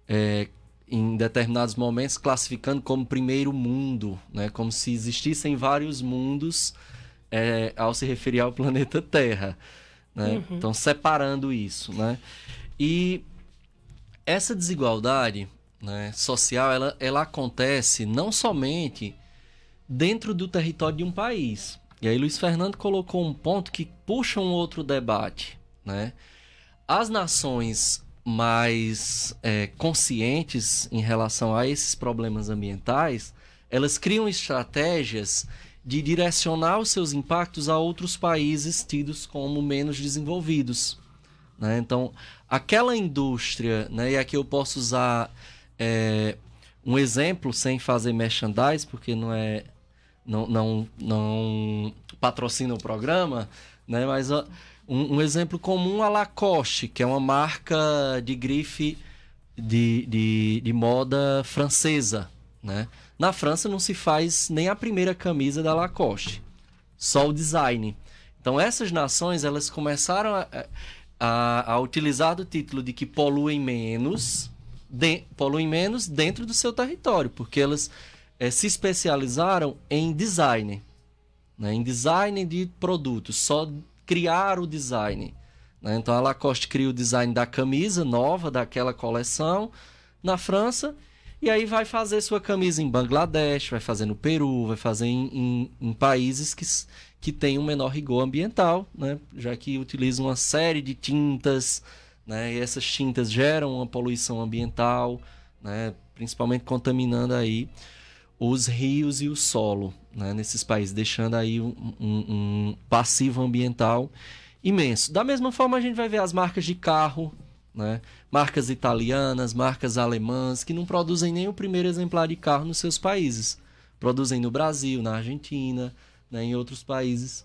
em determinados momentos classificando como primeiro mundo, né, como se existissem vários mundos ao se referir ao planeta Terra, né? Então separando isso, né? E essa desigualdade, né, social, ela acontece não somente dentro do território de um país. E aí Luiz Fernando colocou um ponto que puxa um outro debate, né? As nações mais conscientes em relação a esses problemas ambientais, elas criam estratégias de direcionar os seus impactos a outros países tidos como menos desenvolvidos, né? Então, aquela indústria, né, e aqui eu posso usar um exemplo sem fazer merchandise, porque não patrocina o programa, né? Mas um exemplo comum, a Lacoste, que é uma marca de grife de moda francesa, né? Na França não se faz nem a primeira camisa da Lacoste, só o design. Então essas nações elas começaram a utilizar do título de que poluem menos dentro do seu território, porque elas se especializaram em design, né? Em design de produtos, só criar o design, né? Então a Lacoste cria o design da camisa nova daquela coleção na França, e aí vai fazer sua camisa em Bangladesh, vai fazer no Peru, vai fazer em países que têm um menor rigor ambiental, né? Já que utilizam uma série de tintas, né? E essas tintas geram uma poluição ambiental, né? Principalmente contaminando aí os rios e o solo, né? Nesses países, deixando aí um passivo ambiental imenso. Da mesma forma, a gente vai ver as marcas de carro, né? Marcas italianas, marcas alemãs, que não produzem nem o primeiro exemplar de carro nos seus países. Produzem no Brasil, na Argentina, né? Em outros países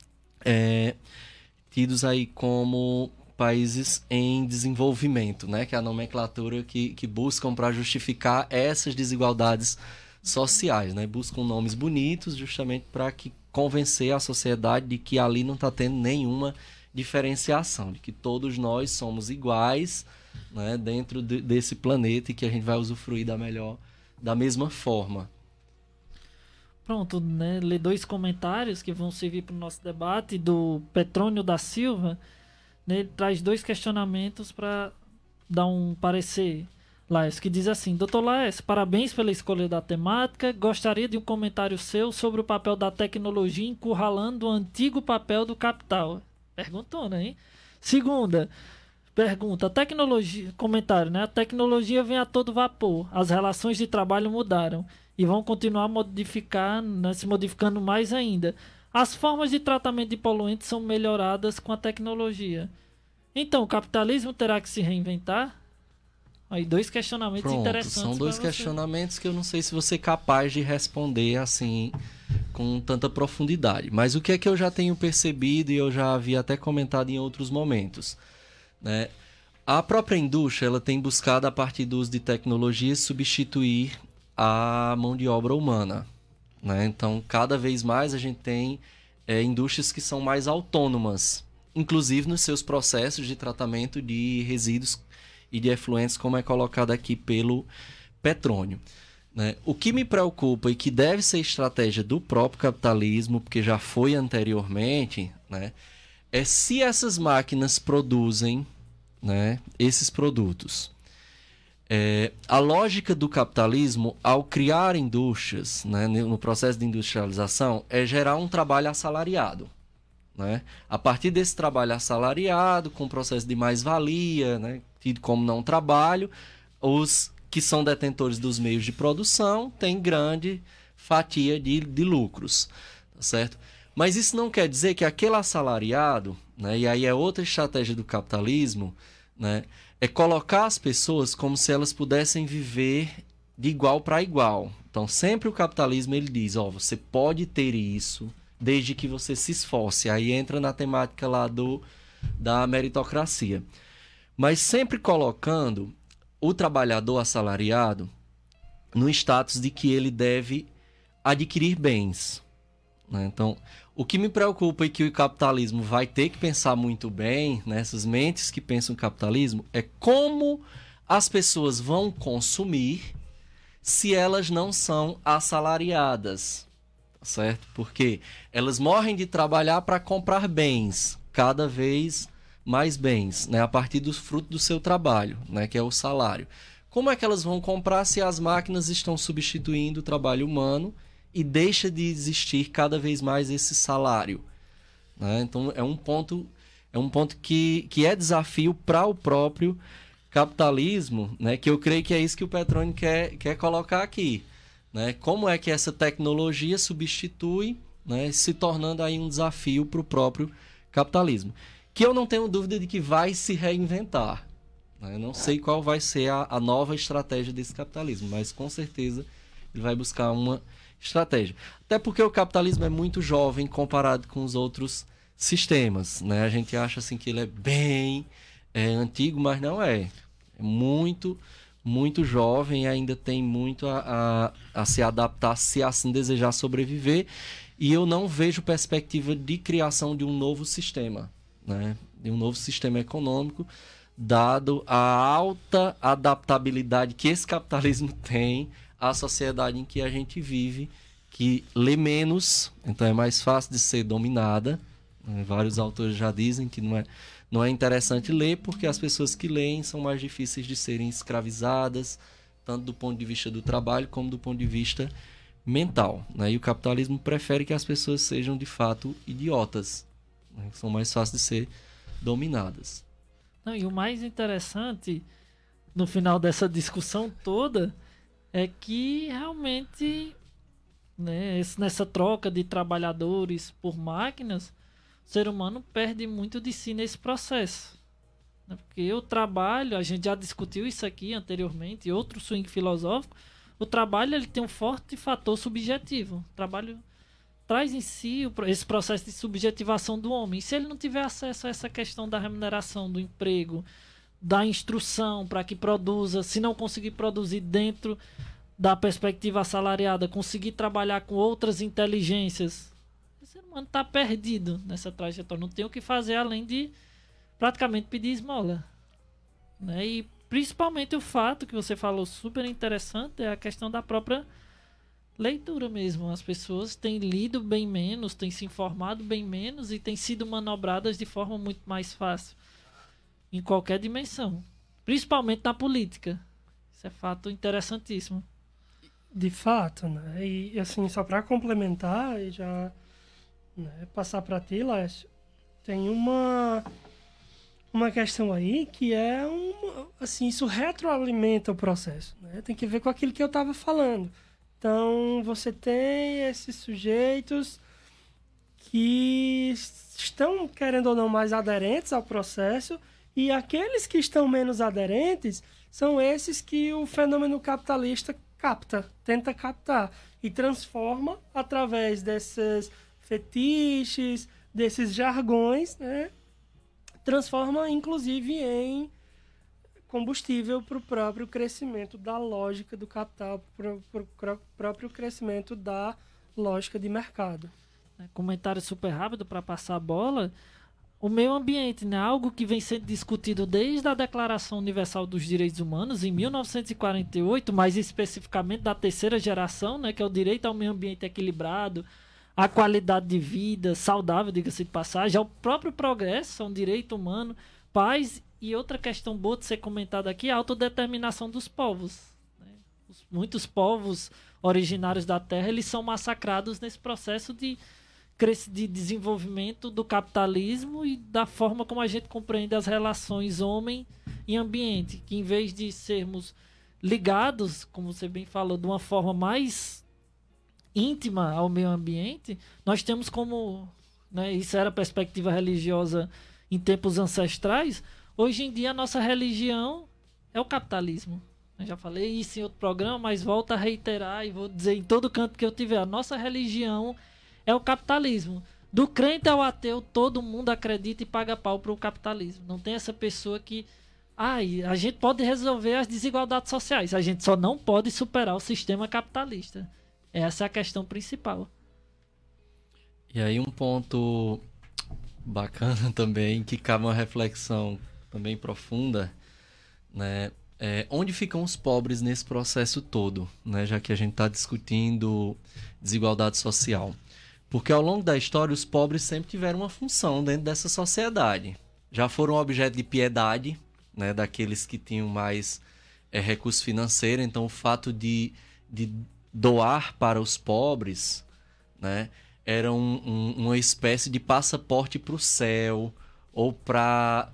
tidos aí como países em desenvolvimento, né? Que é a nomenclatura que buscam para justificar essas desigualdades sociais, né? Buscam nomes bonitos justamente para convencer a sociedade de que ali não está tendo nenhuma diferenciação, de que todos nós somos iguais, né? Dentro desse planeta e que a gente vai usufruir da mesma forma. Pronto, né? Ler 2 comentários que vão servir para o nosso debate do Petrônio da Silva, né? Ele traz 2 questionamentos para dar um parecer. Laes, que diz assim: Dr. Laes, parabéns pela escolha da temática. Gostaria de um comentário seu sobre o papel da tecnologia encurralando o antigo papel do capital. Perguntou, né? Hein? Segunda pergunta: comentário, né? A tecnologia vem a todo vapor. As relações de trabalho mudaram e vão continuar se modificando mais ainda. As formas de tratamento de poluentes são melhoradas com a tecnologia. Então, o capitalismo terá que se reinventar? Aí 2 questionamentos interessantes. São 2 questionamentos que eu não sei se você é capaz de responder assim com tanta profundidade. Mas o que é que eu já tenho percebido e eu já havia até comentado em outros momentos, né? A própria indústria ela tem buscado, a partir do uso de tecnologias, substituir a mão de obra humana, né? Então, cada vez mais a gente tem indústrias que são mais autônomas, inclusive nos seus processos de tratamento de resíduos e de efluentes, como é colocado aqui pelo Petrônio, né? O que me preocupa e que deve ser estratégia do próprio capitalismo, porque já foi anteriormente, né, é se essas máquinas produzem, né, esses produtos. A lógica do capitalismo, ao criar indústrias, né, no processo de industrialização, é gerar um trabalho assalariado, né? A partir desse trabalho assalariado, com processo de mais-valia, né, tido como não trabalho, os que são detentores dos meios de produção têm grande fatia de lucros, tá certo? Mas isso não quer dizer que aquele assalariado, né, e aí é outra estratégia do capitalismo, né, é colocar as pessoas como se elas pudessem viver de igual para igual. Então, sempre o capitalismo ele diz, você pode ter isso desde que você se esforce. Aí entra na temática lá da meritocracia. Mas sempre colocando o trabalhador assalariado no status de que ele deve adquirir bens, né? Então, o que me preocupa e que o capitalismo vai ter que pensar muito bem, nessas mentes que pensam o capitalismo, é como as pessoas vão consumir se elas não são assalariadas, certo? Porque elas morrem de trabalhar para comprar bens, cada vez mais bens, né? A partir do fruto do seu trabalho, né? Que é o salário. Como é que elas vão comprar se as máquinas estão substituindo o trabalho humano e deixa de existir cada vez mais esse salário, né? Então é um ponto que é desafio para o próprio capitalismo, né? Que eu creio que é isso que o Petrônio quer colocar aqui, né? Como é que essa tecnologia substitui, né? Se tornando aí um desafio para o próprio capitalismo, que eu não tenho dúvida de que vai se reinventar, né? Eu não sei qual vai ser a nova estratégia desse capitalismo, mas com certeza ele vai buscar uma estratégia. Até porque o capitalismo é muito jovem comparado com os outros sistemas, né? A gente acha assim que ele é bem antigo, mas não é. É muito, muito jovem e ainda tem muito a se adaptar, se assim desejar sobreviver. E eu não vejo perspectiva de criação de um novo sistema, né? De um novo sistema econômico, dado a alta adaptabilidade que esse capitalismo tem à sociedade em que a gente vive, que lê menos, então é mais fácil de ser dominada, né? Vários autores já dizem que não é interessante ler, porque as pessoas que leem são mais difíceis de serem escravizadas, tanto do ponto de vista do trabalho como do ponto de vista mental, né? E o capitalismo prefere que as pessoas sejam de fato idiotas, né? São mais fáceis de ser dominadas. Não, e o mais interessante no final dessa discussão toda é que realmente, né, nessa troca de trabalhadores por máquinas, o ser humano perde muito de si nesse processo, né? Porque o trabalho, a gente já discutiu isso aqui anteriormente, outro swing filosófico, o trabalho ele tem um forte fator subjetivo. O trabalho traz em si esse processo de subjetivação do homem. E se ele não tiver acesso a essa questão da remuneração, do emprego, da instrução para que produza, se não conseguir produzir dentro da perspectiva assalariada, conseguir trabalhar com outras inteligências, o ser humano está perdido nessa trajetória. Não tem o que fazer além de praticamente pedir esmola, né? E principalmente o fato que você falou super interessante é a questão da própria leitura mesmo. As pessoas têm lido bem menos, têm se informado bem menos e têm sido manobradas de forma muito mais fácil em qualquer dimensão, principalmente na política. Isso é fato interessantíssimo. De fato, né? E assim, só para complementar e já, né, passar para ti, Lécio, tem uma questão aí que é assim, isso retroalimenta o processo, né? Tem que ver com aquilo que eu estava falando. Então, você tem esses sujeitos que estão, querendo ou não, mais aderentes ao processo, e aqueles que estão menos aderentes são esses que o fenômeno capitalista tenta captar e transforma através desses fetiches, desses jargões, né? Transforma inclusive em combustível para o próprio crescimento da lógica do capital, para o próprio crescimento da lógica de mercado. Comentário super rápido para passar a bola. O meio ambiente, né? Algo que vem sendo discutido desde a Declaração Universal dos Direitos Humanos, em 1948, mais especificamente da terceira geração, né? Que é o direito ao meio ambiente equilibrado, a qualidade de vida saudável, diga-se de passagem, ao próprio progresso, é um direito humano, paz e outra questão boa de ser comentada aqui, a autodeterminação dos povos. Né? Muitos povos originários da Terra, eles são massacrados nesse processo de desenvolvimento do capitalismo e da forma como a gente compreende as relações homem e ambiente, que em vez de sermos ligados, como você bem falou, de uma forma mais íntima ao meio ambiente, nós temos como, né, isso era a perspectiva religiosa em tempos ancestrais, hoje em dia a nossa religião é o capitalismo. Eu já falei isso em outro programa, mas volto a reiterar e vou dizer em todo canto que eu tiver, a nossa religião é o capitalismo. Do crente ao ateu, todo mundo acredita e paga pau para o capitalismo. Não tem essa pessoa que... a gente pode resolver as desigualdades sociais. A gente só não pode superar o sistema capitalista. Essa é a questão principal. E aí um ponto bacana também, que cabe uma reflexão também profunda, né? Onde ficam os pobres nesse processo todo, né? Já que a gente está discutindo desigualdade social. Porque ao longo da história, os pobres sempre tiveram uma função dentro dessa sociedade. Já foram objeto de piedade, né, daqueles que tinham mais recurso financeiro. Então, o fato de doar para os pobres, né, era uma espécie de passaporte para o céu ou para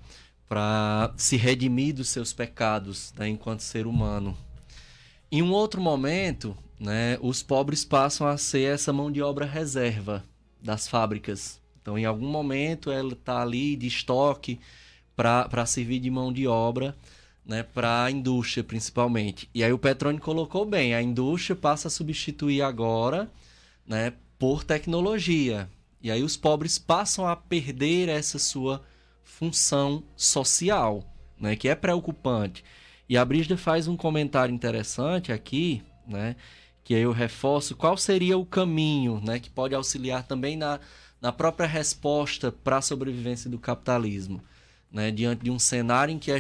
se redimir dos seus pecados, né, enquanto ser humano. Em um outro momento, né, os pobres passam a ser essa mão de obra reserva das fábricas. Então, em algum momento, ela está ali de estoque para servir de mão de obra, né, para a indústria, principalmente. E aí o Petroni colocou bem, a indústria passa a substituir agora, né, por tecnologia. E aí os pobres passam a perder essa sua função social, né, que é preocupante. E a Brígida faz um comentário interessante aqui, né, que aí eu reforço qual seria o caminho, né, que pode auxiliar também na própria resposta para a sobrevivência do capitalismo, né, diante de um cenário em que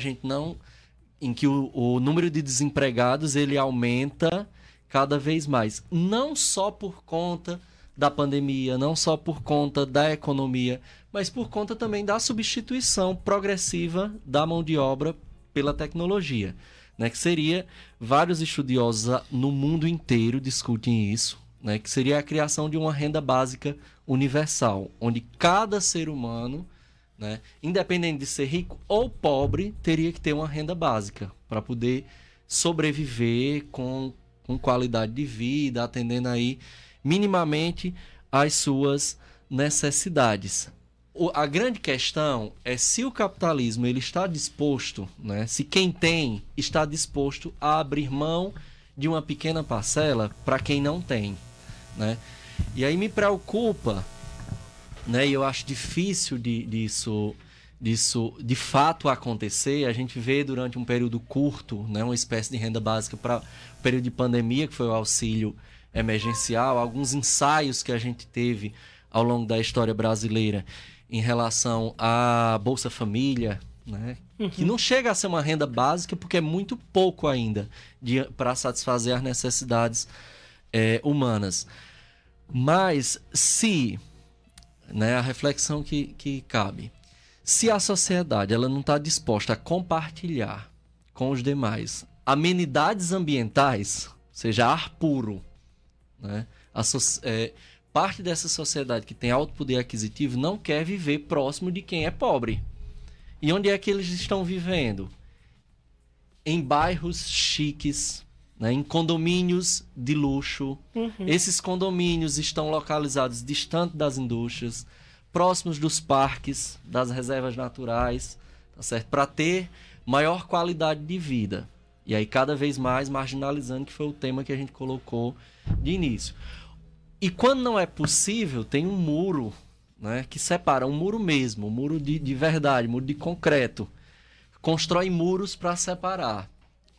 em que o número de desempregados ele aumenta cada vez mais, não só por conta da pandemia, não só por conta da economia, mas por conta também da substituição progressiva da mão de obra pela tecnologia, né, que seria, vários estudiosos no mundo inteiro discutem isso, né, que seria a criação de uma renda básica universal, onde cada ser humano, né, independente de ser rico ou pobre, teria que ter uma renda básica para poder sobreviver com qualidade de vida, atendendo aí minimamente às suas necessidades. A grande questão é se o capitalismo ele está disposto, né, se quem tem está disposto a abrir mão de uma pequena parcela para quem não tem, né? E aí me preocupa, né, e eu acho difícil disso de fato acontecer. A gente vê durante um período curto, né, uma espécie de renda básica para o período de pandemia, que foi o auxílio emergencial, alguns ensaios que a gente teve ao longo da história brasileira em relação à Bolsa Família, né? Que não chega a ser uma renda básica porque é muito pouco ainda para satisfazer as necessidades humanas. Mas se, né, a reflexão que cabe, se a sociedade ela não está disposta a compartilhar com os demais amenidades ambientais, ou seja, ar puro, né, parte dessa sociedade que tem alto poder aquisitivo não quer viver próximo de quem é pobre. E onde é que eles estão vivendo? Em bairros chiques, né, em condomínios de luxo. Esses condomínios estão localizados distante das indústrias, próximos dos parques, das reservas naturais, tá certo? Para ter maior qualidade de vida. E aí cada vez mais marginalizando, que foi o tema que a gente colocou de início. E quando não é possível, tem um muro, né, que separa, um muro mesmo, um muro de verdade, muro de concreto. Constrói muros para separar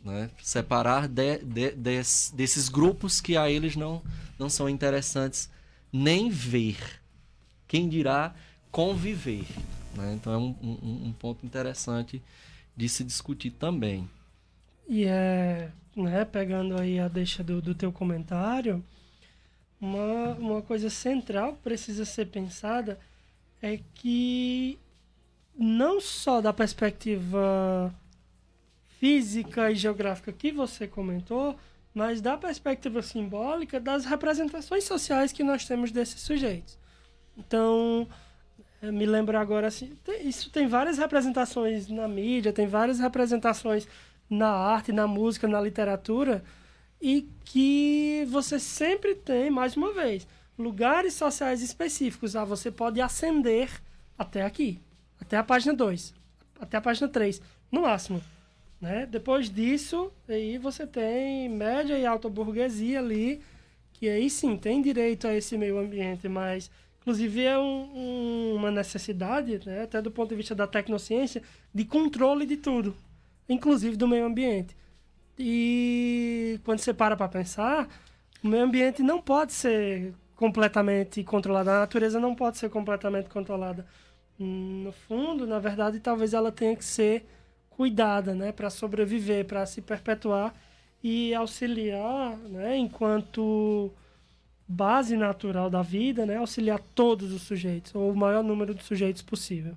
né? Separar desses grupos que a eles não são interessantes nem ver. Quem dirá conviver, né? Então é um ponto interessante de se discutir também. E né, pegando aí a deixa do teu comentário, uma coisa central que precisa ser pensada é que não só da perspectiva física e geográfica que você comentou, mas da perspectiva simbólica das representações sociais que nós temos desses sujeitos. Então, me lembro agora, assim, isso tem várias representações na mídia, tem várias representações na arte, na música, na literatura, e que você sempre tem, mais uma vez, lugares sociais específicos. Você pode ascender até aqui, até a página 2, até a página 3, no máximo. Né? Depois disso, aí você tem média e alta burguesia ali, que aí sim tem direito a esse meio ambiente, mas inclusive é uma necessidade, né, até do ponto de vista da tecnociência, de controle de tudo, inclusive do meio ambiente. E quando você para pensar, o meio ambiente não pode ser completamente controlado, a natureza não pode ser completamente controlada. No fundo, na verdade, talvez ela tenha que ser cuidada, né, para sobreviver, para se perpetuar e auxiliar, né, enquanto base natural da vida, né, auxiliar todos os sujeitos, ou o maior número de sujeitos possível.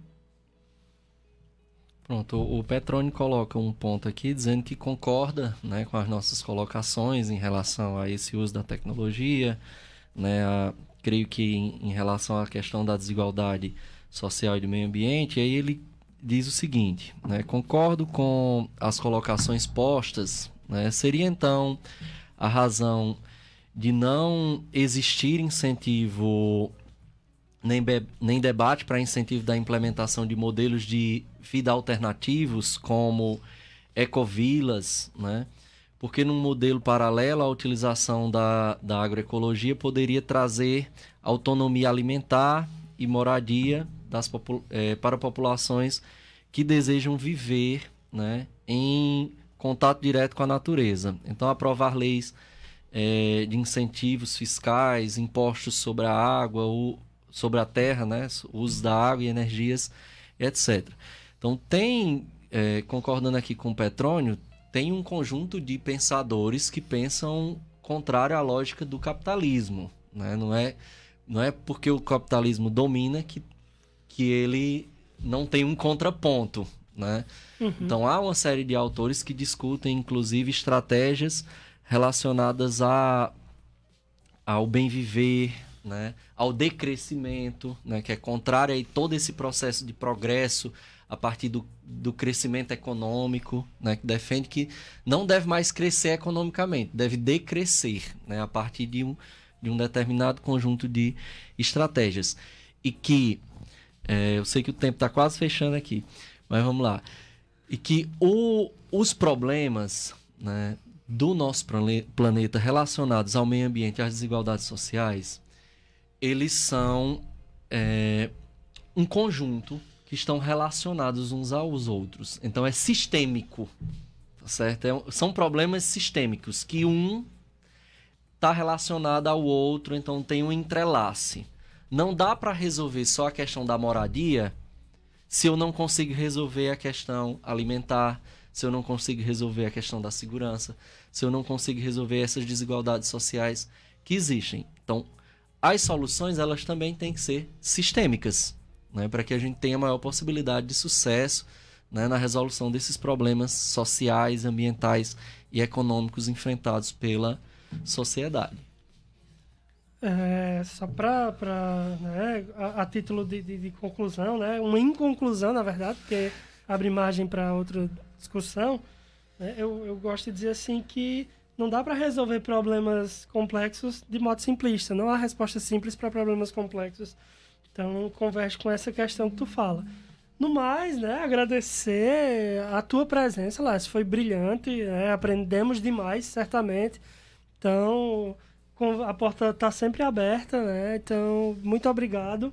Pronto, o Petroni coloca um ponto aqui dizendo que concorda, né, com as nossas colocações em relação a esse uso da tecnologia, né, creio que em relação à questão da desigualdade social e do meio ambiente. E aí ele diz o seguinte, né, concordo com as colocações postas, né, seria então a razão de não existir incentivo nem debate para incentivo da implementação de modelos de vida alternativos como ecovilas, né? Porque num modelo paralelo à utilização da agroecologia poderia trazer autonomia alimentar e moradia para populações que desejam viver, né, em contato direto com a natureza. Então, aprovar leis de incentivos fiscais, impostos sobre a água, sobre a terra, né, uso da água e energias, etc. Então, concordando aqui com o Petrônio, tem um conjunto de pensadores que pensam contrário à lógica do capitalismo, né? Não é porque o capitalismo domina que ele não tem um contraponto, né? Uhum. Então, há uma série de autores que discutem, inclusive, estratégias relacionadas ao bem viver, né, ao decrescimento, né, que é contrário a todo esse processo de progresso a partir do crescimento econômico, né, que defende que não deve mais crescer economicamente, deve decrescer, né, a partir de um determinado conjunto de estratégias. E que, eu sei que o tempo está quase fechando aqui, mas vamos lá. E que os problemas, né, do nosso planeta relacionados ao meio ambiente e às desigualdades sociais, eles são um conjunto que estão relacionados uns aos outros. Então, é sistêmico, certo? São problemas sistêmicos, que um está relacionado ao outro, então tem um entrelace. Não dá para resolver só a questão da moradia se eu não consigo resolver a questão alimentar, se eu não consigo resolver a questão da segurança, se eu não consigo resolver essas desigualdades sociais que existem. Então, as soluções, elas também têm que ser sistêmicas, né, para que a gente tenha maior possibilidade de sucesso, né, na resolução desses problemas sociais, ambientais e econômicos enfrentados pela sociedade. Só para né, a título de conclusão, né, uma inconclusão, na verdade, porque abre margem para outra discussão, né, eu gosto de dizer assim que não dá para resolver problemas complexos de modo simplista. Não há resposta simples para problemas complexos. Então, converse com essa questão que tu fala. No mais, né, agradecer a tua presença, Lécio. Foi brilhante, né, aprendemos demais, certamente. Então, a porta está sempre aberta, né? Então, muito obrigado.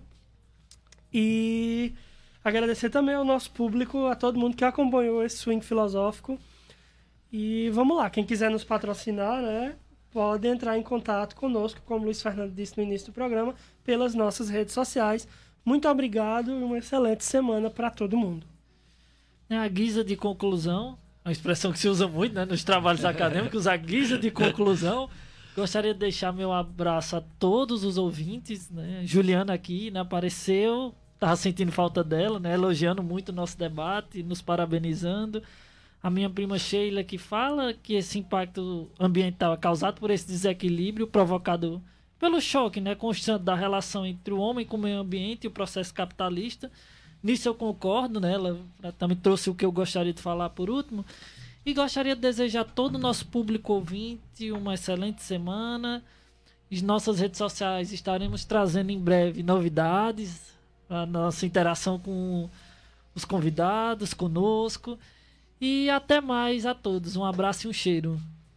E agradecer também ao nosso público, a todo mundo que acompanhou esse swing filosófico. E vamos lá, quem quiser nos patrocinar, né, pode entrar em contato conosco, como o Luiz Fernando disse no início do programa, pelas nossas redes sociais. Muito obrigado e uma excelente semana para todo mundo. A guisa de conclusão, uma expressão que se usa muito, né, nos trabalhos acadêmicos, a guisa de conclusão, gostaria de deixar meu abraço a todos os ouvintes, né? Juliana aqui, né, apareceu, estava sentindo falta dela, né, elogiando muito o nosso debate, nos parabenizando. A minha prima Sheila, que fala que esse impacto ambiental é causado por esse desequilíbrio provocado pelo choque, né, constante da relação entre o homem com o meio ambiente e o processo capitalista. Nisso eu concordo, né? Ela também trouxe o que eu gostaria de falar por último. E gostaria de desejar a todo o nosso público ouvinte uma excelente semana. Em nossas redes sociais estaremos trazendo em breve novidades, a nossa interação com os convidados, conosco. E até mais a todos. Um abraço e um cheiro.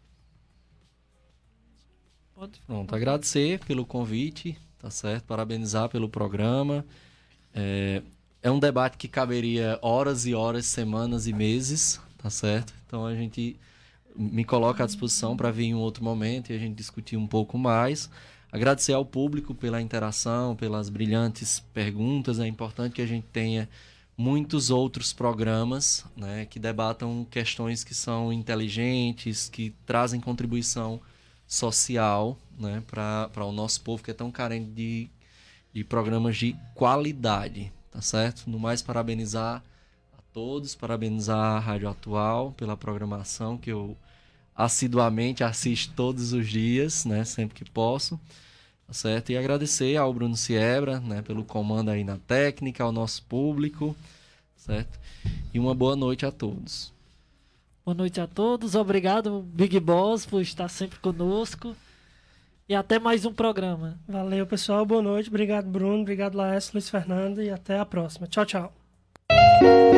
Pronto, agradecer pelo convite, tá certo? Parabenizar pelo programa. É um debate que caberia horas e horas, semanas e meses, tá certo? Então a gente me coloca à disposição para vir em um outro momento e a gente discutir um pouco mais. Agradecer ao público pela interação, pelas brilhantes perguntas. É importante que a gente tenha muitos outros programas, né, que debatam questões que são inteligentes, que trazem contribuição social, né, para o nosso povo que é tão carente de programas de qualidade, tá certo? No mais, parabenizar a todos, parabenizar a Rádio Atual pela programação que eu assiduamente assisto todos os dias, né, sempre que posso. Tá certo? E agradecer ao Bruno Siebra, né, pelo comando aí na técnica, ao nosso público, certo? E uma boa noite a todos. Boa noite a todos, obrigado Big Boss por estar sempre conosco e até mais um programa. Valeu, pessoal, boa noite, obrigado Bruno, obrigado Laércio, Luiz Fernando e até a próxima. Tchau, tchau.